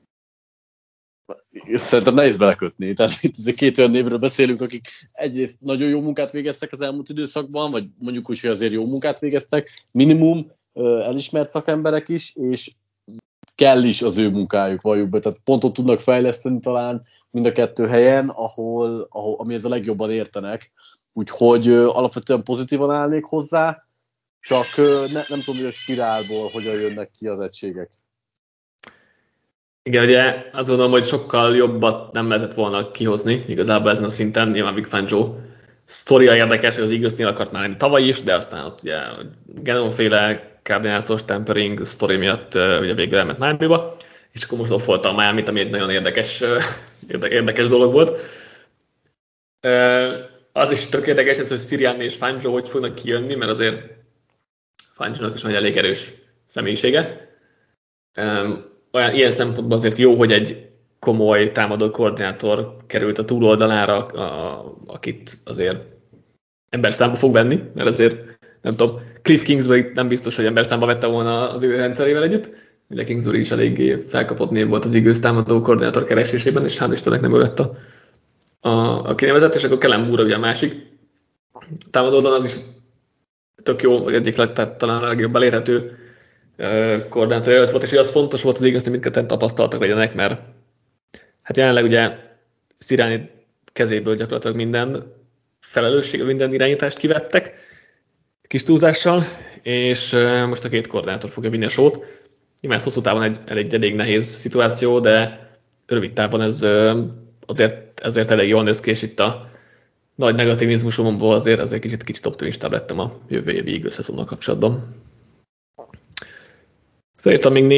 Szerintem nehéz belekötni. Tehát itt két olyan névről beszélünk, akik egyrészt nagyon jó munkát végeztek az elmúlt időszakban, vagy mondjuk úgy, hogy azért jó munkát végeztek, minimum elismert szakemberek is, és kell is az ő munkájuk, valljuk be. Tehát pontot tudnak fejleszteni talán mind a kettő helyen, amihez a legjobban értenek. Úgyhogy alapvetően pozitívan állnék hozzá, csak nem tudom, hogy a spirálból hogyan jönnek ki az egységek. Igen, ugye azt gondolom, hogy sokkal jobbat nem lehetett volna kihozni igazából ezen a szinten. Nyilván Vic Fangio sztoria érdekes, hogy az Eaglesnél akart már lenni tavaly is, de aztán ott ugye Gannon-féle Cardinals-os tempering sztori miatt ugye végül elment Miami-ba, és akkor most offolta a Miami-t, ami egy nagyon érdekes dolog volt. Az is tök érdekes, hogy Sirianni és Fangio hogy fognak kijönni, mert azért Fangio-nak is van egy elég erős személyisége. Ilyen szempontból azért jó, hogy egy komoly támadó koordinátor került a túloldalára, akit azért emberszámba fog venni, mert azért nem tudom, Cliff Kingsbury nem biztos, hogy emberszámba vette volna az ő rendszerével együtt. Ugye Kingsbury is eléggé felkapott név volt az Eagles támadó koordinátor keresésében, és hál' Istennek nem ölött a kinevezett, és akkor Kellen Moore ugye a másik támadó oldalon, az is tök jó, vagy egyik talán a legjobb elérhető koordinátor előtt volt, és az fontos volt az Eagles, hogy mindketten tapasztaltak legyenek, mert hát jelenleg ugye Sirianni kezéből gyakorlatilag minden felelősség, minden irányítást kivettek, kis túlzással, és most a két koordinátor fogja vinni a sót. Nyilván ez hosszú távon egy elég nehéz szituáció, de rövid távon ez azért elég jól néz ki, és itt a nagy negativizmusomból azért kicsit optimistább lettem a jövő évi Eagles szezonnal kapcsolatban. Felírtam még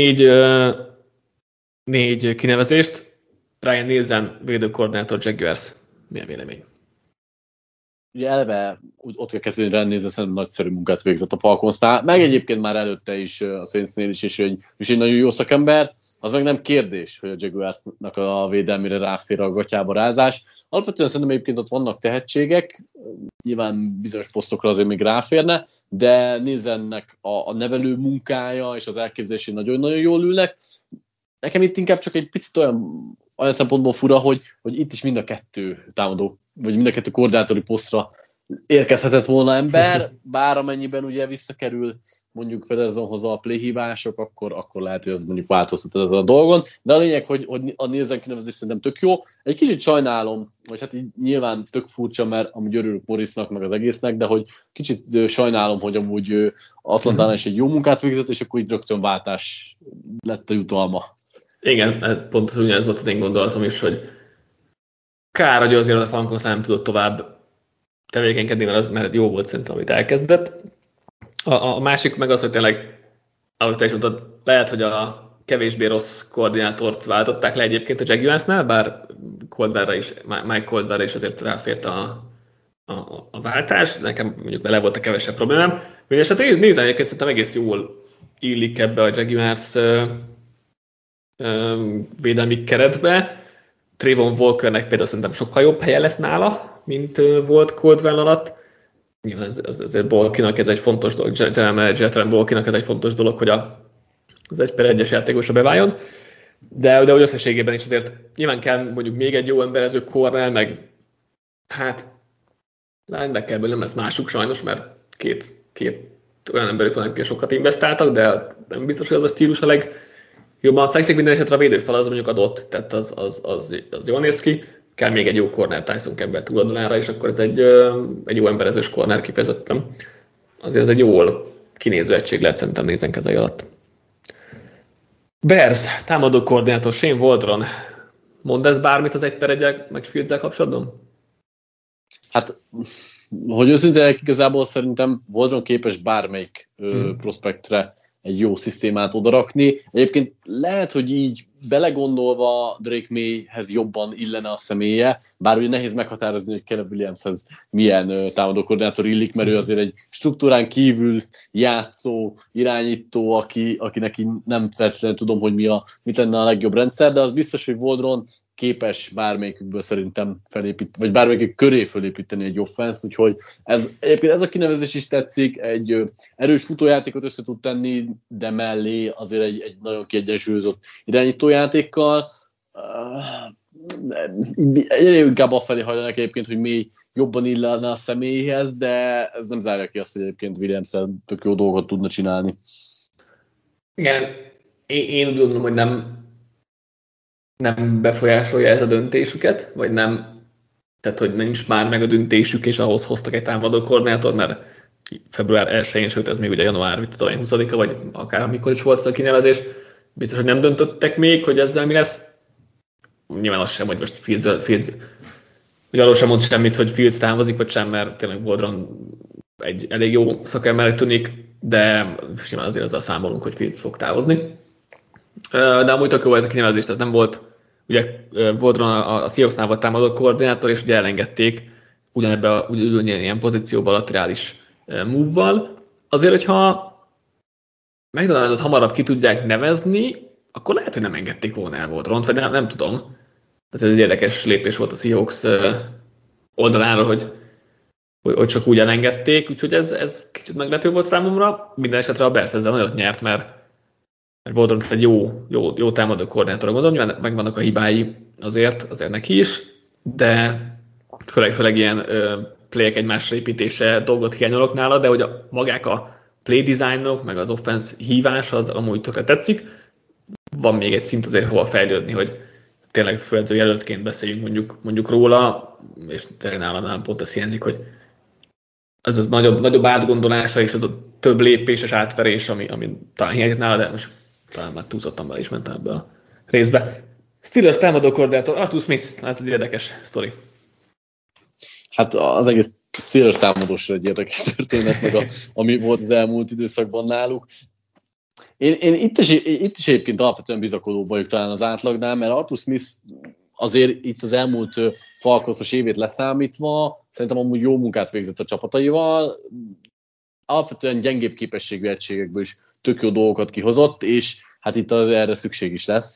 négy kinevezést. Ryan Nielsen, védőkoordinátor, Jaguars. Milyen vélemény? Ugye eleve ott kell kezdeni, hogy ránézni, szerintem nagyszerű munkát végzett a Falconsnál, meg egyébként már előtte is a Saintsnél is, és egy nagyon jó szakember. Az meg nem kérdés, hogy a Jaguarsnak a védelmére ráfér a gatyába rázás. Alapvetően szerintem egyébként ott vannak tehetségek, nyilván bizonyos posztokra azért még ráférne, de Nielsennek a nevelő munkája és az elképzelésé nagyon-nagyon jól ülnek. Nekem itt inkább csak egy picit olyan szempontból fura, hogy itt is mind a kettő támadó, vagy mind a kettő koordinátori posztra érkezhetett volna ember, bár amennyiben ugye visszakerül mondjuk Federzonhoz a playhívások, akkor lehet, hogy az mondjuk változtat ezen a dolgon, de a lényeg, hogy a Nielsen kinevezés szerintem tök jó. Egy kicsit sajnálom, vagy hát így nyilván tök furcsa, mert amúgy örülök Morrisnak, meg az egésznek, de hogy kicsit sajnálom, hogy amúgy Atlantánál is egy jó munkát végzett, és akkor így rögtön váltás lett a jutalma. Igen, pont az ugyanez volt az én gondolatom is, hogy kár, hogy azért a Falcons nem tudott tovább tevékenykedni, mert jó volt szerintem, amit elkezdett. A másik meg az, hogy tényleg, ahogy te is mondtad, lehet, hogy a kevésbé rossz koordinátort váltották le egyébként a Jaguarsnál, bár Mike Colbertre is azért ráfért a váltás, nekem mondjuk vele volt a kevesebb problémám. Mindenesetre nézem, egyébként szerintem egész jól illik ebbe a Jaguars védelmi keretbe. Trayvon Walkernek például szerintem sokkal jobb helye lesz nála, mint volt Caldwell alatt. Nyilván ezért Bolkinak ez egy fontos dolog, general manager Bolkinak ez egy fontos dolog, hogy az 1/1-es játékosra beváljon. De hogy összességében is azért nyilván kell mondjuk még egy jó emberező corner, meg hát linebackerből nem lesz másuk sajnos, mert két olyan emberük van, akik sokat investáltak, de nem biztos, hogy az a stílus a legjobban fekszik. Minden esetre a védőfal az mondjuk adott, tehát az jól néz ki. Kell még egy jó corner Tyson Campbell túloldalára, és akkor ez egy jó emberezős corner kifejezetten. Azért ez egy jól kinéző egység lehet szerintem nézen kezei alatt. Bears támadó koordinátor Shane Waldron. Mond ez bármit az 1/1-el meg Fields-el kapcsolatban? Hát, hogy őszintén igazából szerintem Waldron képes bármelyik prospektre egy jó szisztémát odarakni. Egyébként lehet, hogy így belegondolva Drake Mayhez jobban illene a személye, bár ugye nehéz meghatározni, hogy Caleb Williamshez milyen támadókoordinátor illik, mert ő azért egy struktúrán kívül játszó, irányító, akinek nem feltétlenül tudom, hogy mit lenne a legjobb rendszer, de az biztos, hogy Waldron képes bármelyikükből szerintem vagy bármelyikük köré felépíteni egy offense-t, úgyhogy egyébként ez a kinevezés is tetszik, egy erős futójátékot össze tud tenni, de mellé azért egy nagyon kiegyensúlyozott irányítójátékkal. Egyre inkább afelé hajlanak egyébként, hogy még jobban illene a személyhez, de ez nem zárja ki azt, hogy egyébként Williams-el tök jó dolgot tudna csinálni. Igen, én úgy gondolom, hogy nem befolyásolja ez a döntésüket, vagy nem, tehát hogy nincs már meg a döntésük, és ahhoz hoztak egy támadó koordinátor, mert február 1-én, sőt ez még ugye január 20-a, vagy akár amikor is volt a kinevezés, biztos, hogy nem döntöttek még, hogy ezzel mi lesz. Nyilván az sem, hogy most Fields hogy arról sem mond semmit, hogy Fields távozik, vagy sem, mert tényleg Waldron egy elég jó szakembernek tűnik, de simán azért azzal számolunk, hogy Fields fog távozni. De amúgy tök jó ez a kinevezés, tehát nem volt, ugye Waldron a Seahawksnál volt támadó koordinátor, és ugye elengedték ugyanilyen pozícióban laterális move-val. Azért, hogyha McDonaldot hamarabb ki tudják nevezni, akkor lehet, hogy nem engedték volna el Waldront, vagy nem tudom. Ez egy érdekes lépés volt a Seahawks oldaláról, hogy csak úgy elengedték, úgyhogy ez kicsit meglepő volt számomra. Minden esetre a Bears ezzel nagyot nyert, mert Waldron egy jó támadó koordinátorra gondolom, nyilván megvannak a hibái azért neki is, de főleg ilyen playek egymásra építése dolgot hiányolok nála, de hogy magák a play designok, meg az offense hívás az amúgy tökre tetszik. Van még egy szint azért hova fejlődni, hogy tényleg főedző jelöltként beszéljünk mondjuk róla, és tényleg nálam pont ez hiányzik, hogy az nagyobb átgondolása és az a több lépéses átverés, ami talán hiányzik nála, de most talán már túlzottan bele is mentem ebbe a részbe. Steelers támadó koordinátor, Arthur Smith, ez egy érdekes sztori. Hát az egész Steelers támadósra egy érdekes történet, meg ami volt az elmúlt időszakban náluk. Én itt is egyébként alapvetően bizakodó vagyok talán az átlagnál, mert Arthur Smith azért itt az elmúlt Falconsos évét leszámítva szerintem amúgy jó munkát végzett a csapataival, alapvetően gyengébb képességű egységekből is tök jó dolgokat kihozott, és hát itt erre szükség is lesz,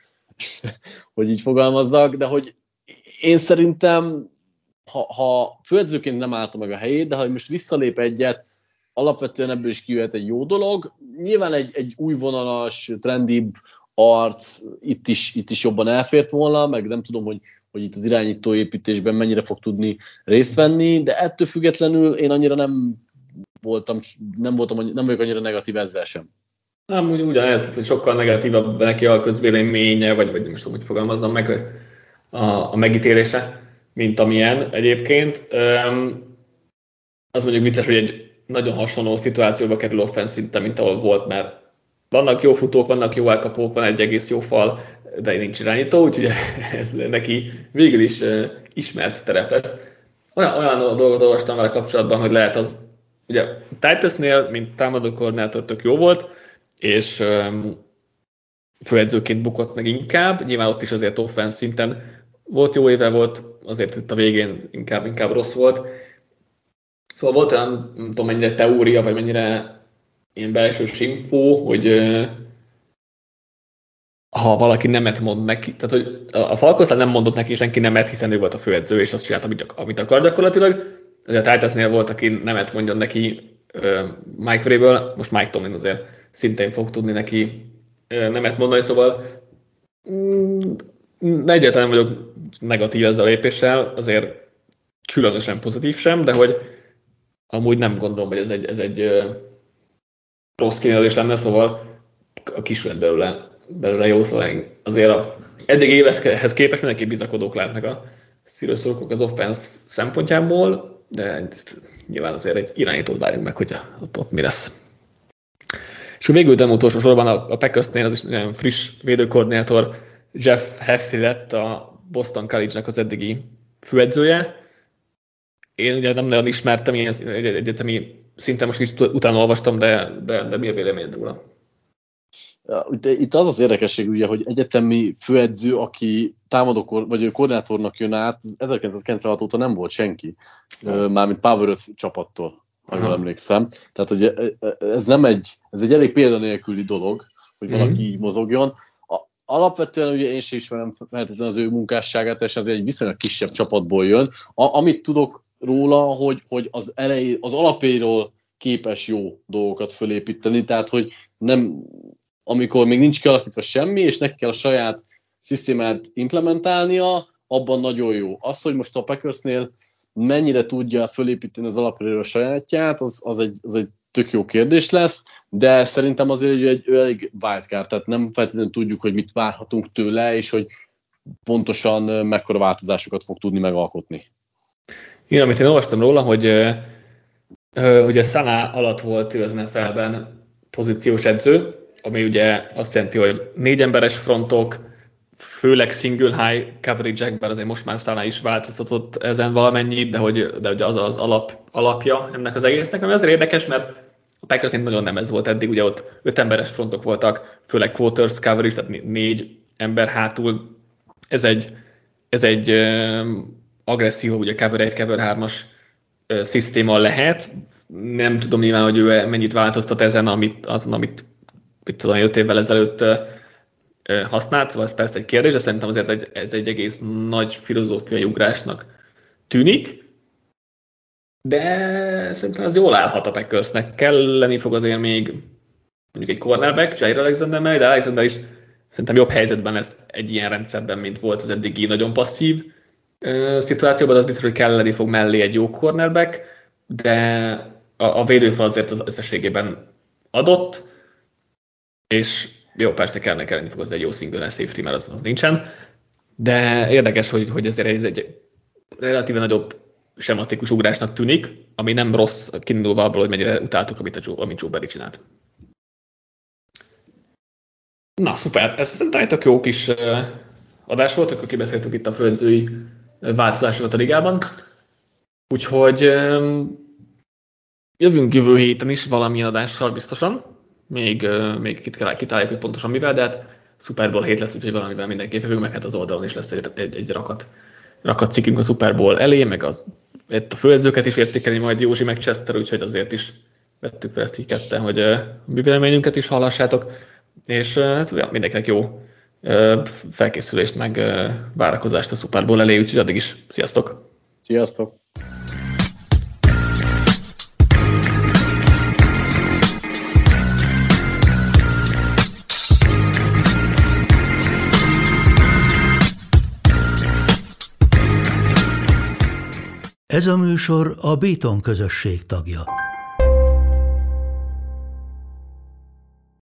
hogy így fogalmazzak, de hogy én szerintem, ha főedzőként nem állta meg a helyét, de ha most visszalép egyet, alapvetően ebből is kijöhet egy jó dolog. Nyilván egy új vonalas, trendibb arc itt is jobban elfért volna, meg nem tudom, hogy itt az irányítóépítésben mennyire fog tudni részt venni, de ettől függetlenül én annyira nem vagyok annyira negatív ezzel sem. Nem, ugyanez, hogy sokkal negatívabb neki a közvéleménye, vagy most úgy fogalmazzam meg a megítélése, mint amilyen egyébként. Az mondjuk vicces, hogy egy nagyon hasonló szituációba kerül offense, mint ahol volt, mert vannak jó futók, vannak jó elkapók, van egy egész jó fal, de nincs irányító, úgyhogy ez neki végül is ismert terep lesz. Olyan dolgot olvastam vele kapcsolatban, hogy lehet az, ugye Titansnél, mint támadó koordinátor tök jó volt, és főedzőként bukott meg inkább, nyilván ott is azért offense szinten volt jó éve, volt, azért itt a végén inkább rossz volt. Szóval volt olyan, nem tudom mennyire teória, vagy mennyire ilyen belsős infó, hogy ha valaki nemet mond neki, tehát hogy a Falconsnál nem mondott neki senki nemet, hiszen ő volt a főedző, és azt csinált, amit akar gyakorlatilag. Azért a Titansnél volt, aki nemet mondjon neki Mike Vrabel, most Mike Tomlin azért szintén fog tudni neki nemet mondani, szóval egyáltalán vagyok negatív ezzel a lépéssel, azért különösen pozitív sem, de hogy amúgy nem gondolom, hogy ez egy rossz kinevezés lenne, szóval a kisület belőle jó, szóval azért eddig évekhez képest mindenki bizakodók lehetnek a Steelers-ok az offense szempontjából, de nyilván azért egy irányítót várjunk meg, hogy ott mi lesz. És végül nem utolsó sorban a Packersnél az is nagyon friss védőkoordinátor Jeff Hafley lett a Boston College-nek az eddigi főedzője. Én ugye nem nagyon ismertem, én egyetemi szinten most kicsit utána olvastam, de mi a véleményed róla? Itt az érdekesség, ugye, hogy egyetemi főedző, aki támadó vagy koordinátornak jön át, 1996 óta nem volt senki, mármint Power 5 csapattól, ha jól emlékszem. Tehát ugye, ez egy elég példanélküli dolog, hogy valaki így mozogjon. Alapvetően ugye én sem ismerem feltétlenül az ő munkásságát, és azért egy viszonylag kisebb csapatból jön. Amit tudok róla, hogy az alapéről képes jó dolgokat fölépíteni, tehát hogy nem, amikor még nincs kialakítva semmi, és neki kell a saját szisztémát implementálnia, abban nagyon jó. Az, hogy most a Packersnél mennyire tudja fölépíteni az alapéről a sajátját, az egy tök jó kérdés lesz, de szerintem azért egy elég wildcard, tehát nem feltétlenül tudjuk, hogy mit várhatunk tőle, és hogy pontosan mekkora változásokat fog tudni megalkotni. Igen, amit én olvastam róla, hogy ugye Sana alatt volt az NFL-ben pozíciós edző, ami ugye azt jelenti, hogy 4 emberes frontok, főleg single high coverage-ekben, azért most már Sana is változtatott ezen valamennyit, de hogy az alapja ennek az egésznek, ami azért érdekes, mert a Packersnél nagyon nem ez volt eddig, ugye ott 5 emberes frontok voltak, főleg quarters coverage, tehát 4 ember hátul. Ez egy agresszív, ugye cover 1, cover 3-as szisztéma lehet. Nem tudom nyilván, hogy ő mennyit változtat ezen, amit 5 évvel ezelőtt használt, szóval ez persze egy kérdés, de szerintem azért ez egy egész nagy filozófiai ugrásnak tűnik, de szerintem az jól állhat a Packersnek. Kelleni fog azért még mondjuk egy cornerback, Jair Alexander mellé, de Alexander is szerintem jobb helyzetben lesz egy ilyen rendszerben, mint volt az eddigi nagyon passzív szituációban, az biztos, hogy kelleni fog mellé egy jó cornerback, de a védőfal azért az összességében adott, és jó, persze kelleni fog az egy jó single safety, mert az nincsen, de érdekes, hogy azért ez egy relatíve nagyobb sematikus ugrásnak tűnik, ami nem rossz kiindulva abból, hogy mennyire utáltuk, amit Joe Barry csinált. Na, szuper, ez szerintem egy tök jó kis adás volt, akkor kibeszéltük itt a főedzői változásokat a ligában. Úgyhogy jövünk jövő héten is valamilyen adással biztosan. Még kitáljuk, hogy pontosan mivel, de hát Super Bowl hét lesz, úgyhogy valamivel mindenképp jövünk, meg hát az oldalon is lesz egy rakat cikkünk a Super Bowl elé, meg itt a főedzőket is értékelni majd Józsi meg Chester, úgyhogy azért is vettük fel ezt így ketten, hogy mi véleményünket is hallassátok, és hát mindenkinek jó felkészülést, meg várakozást a Super Bowl elé, úgyhogy addig is sziasztok! Sziasztok! Ez a műsor a Béton közösség tagja.